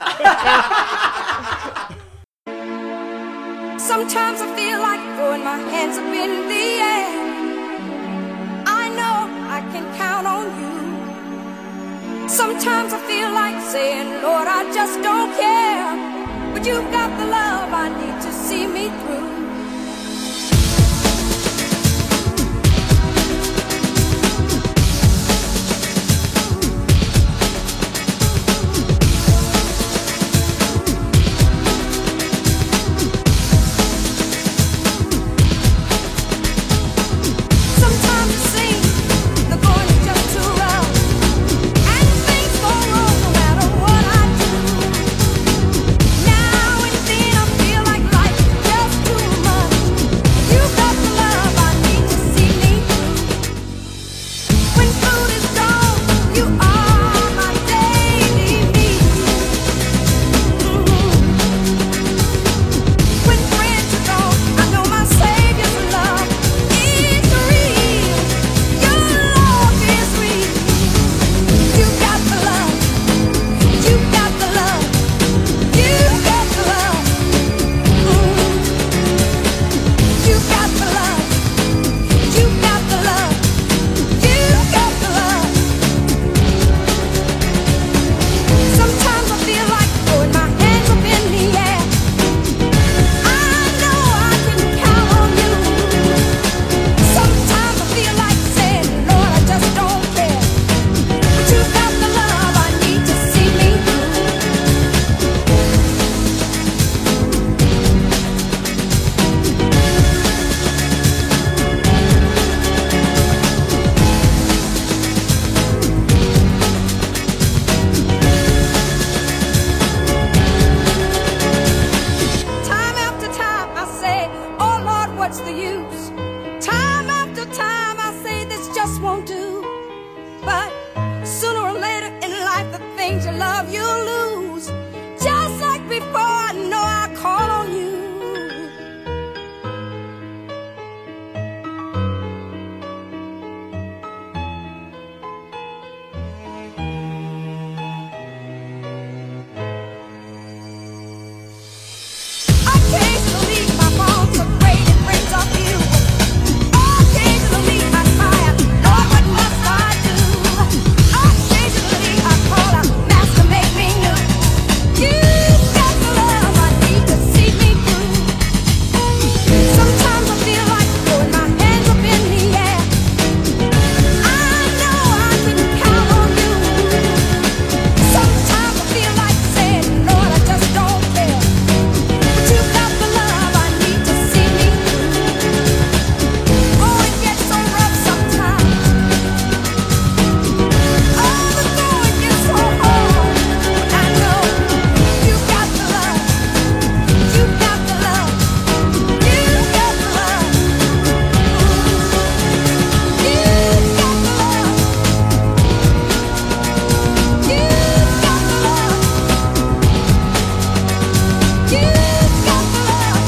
Sometimes I feel like throwing my hands up in the air. I know I can count on you. Sometimes I feel like saying, Lord, I just don't care. But you've got the love I need to see me through. Sometimes it seems the going is just too rough, and things go wrong no matter what I do. Now and then I feel like life is just too find your love, you lose. Just like before, I know I call on you. Occasionally my palms are great and brings off you. Occasionally I cry out, Lord, what must I do? Occasionally I call out, Master, make me new. You've got the love I need to see me through. Sometimes I feel like throwing my hands up in the air. I know I can count on you. Sometimes I feel like saying, Lord, I just don't care. But you've got the love I need to see me through. Oh, it gets so rough sometimes. Oh, the going gets so hard. But I know you've got the love. You've got the love. You've got the love. You've got the love. You've got the love. You've got the love.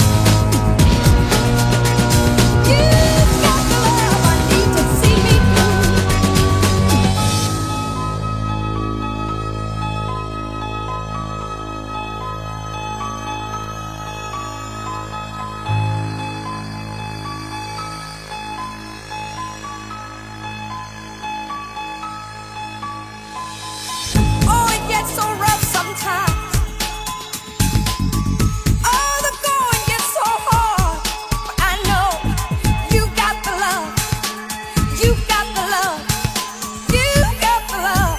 You've got the love I need to see me through. Oh, it gets so rough sometimes. Oh, the going gets so hard. But I know you've got the love. You've got the love. You've got the love.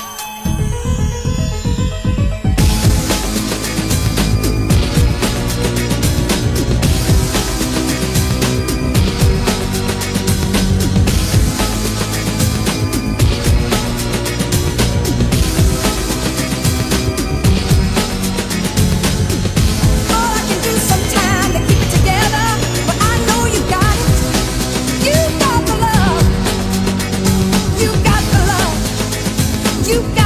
All I can do sometimes to keep it together, but I know you got it. You've got the love. You've got the love. You've got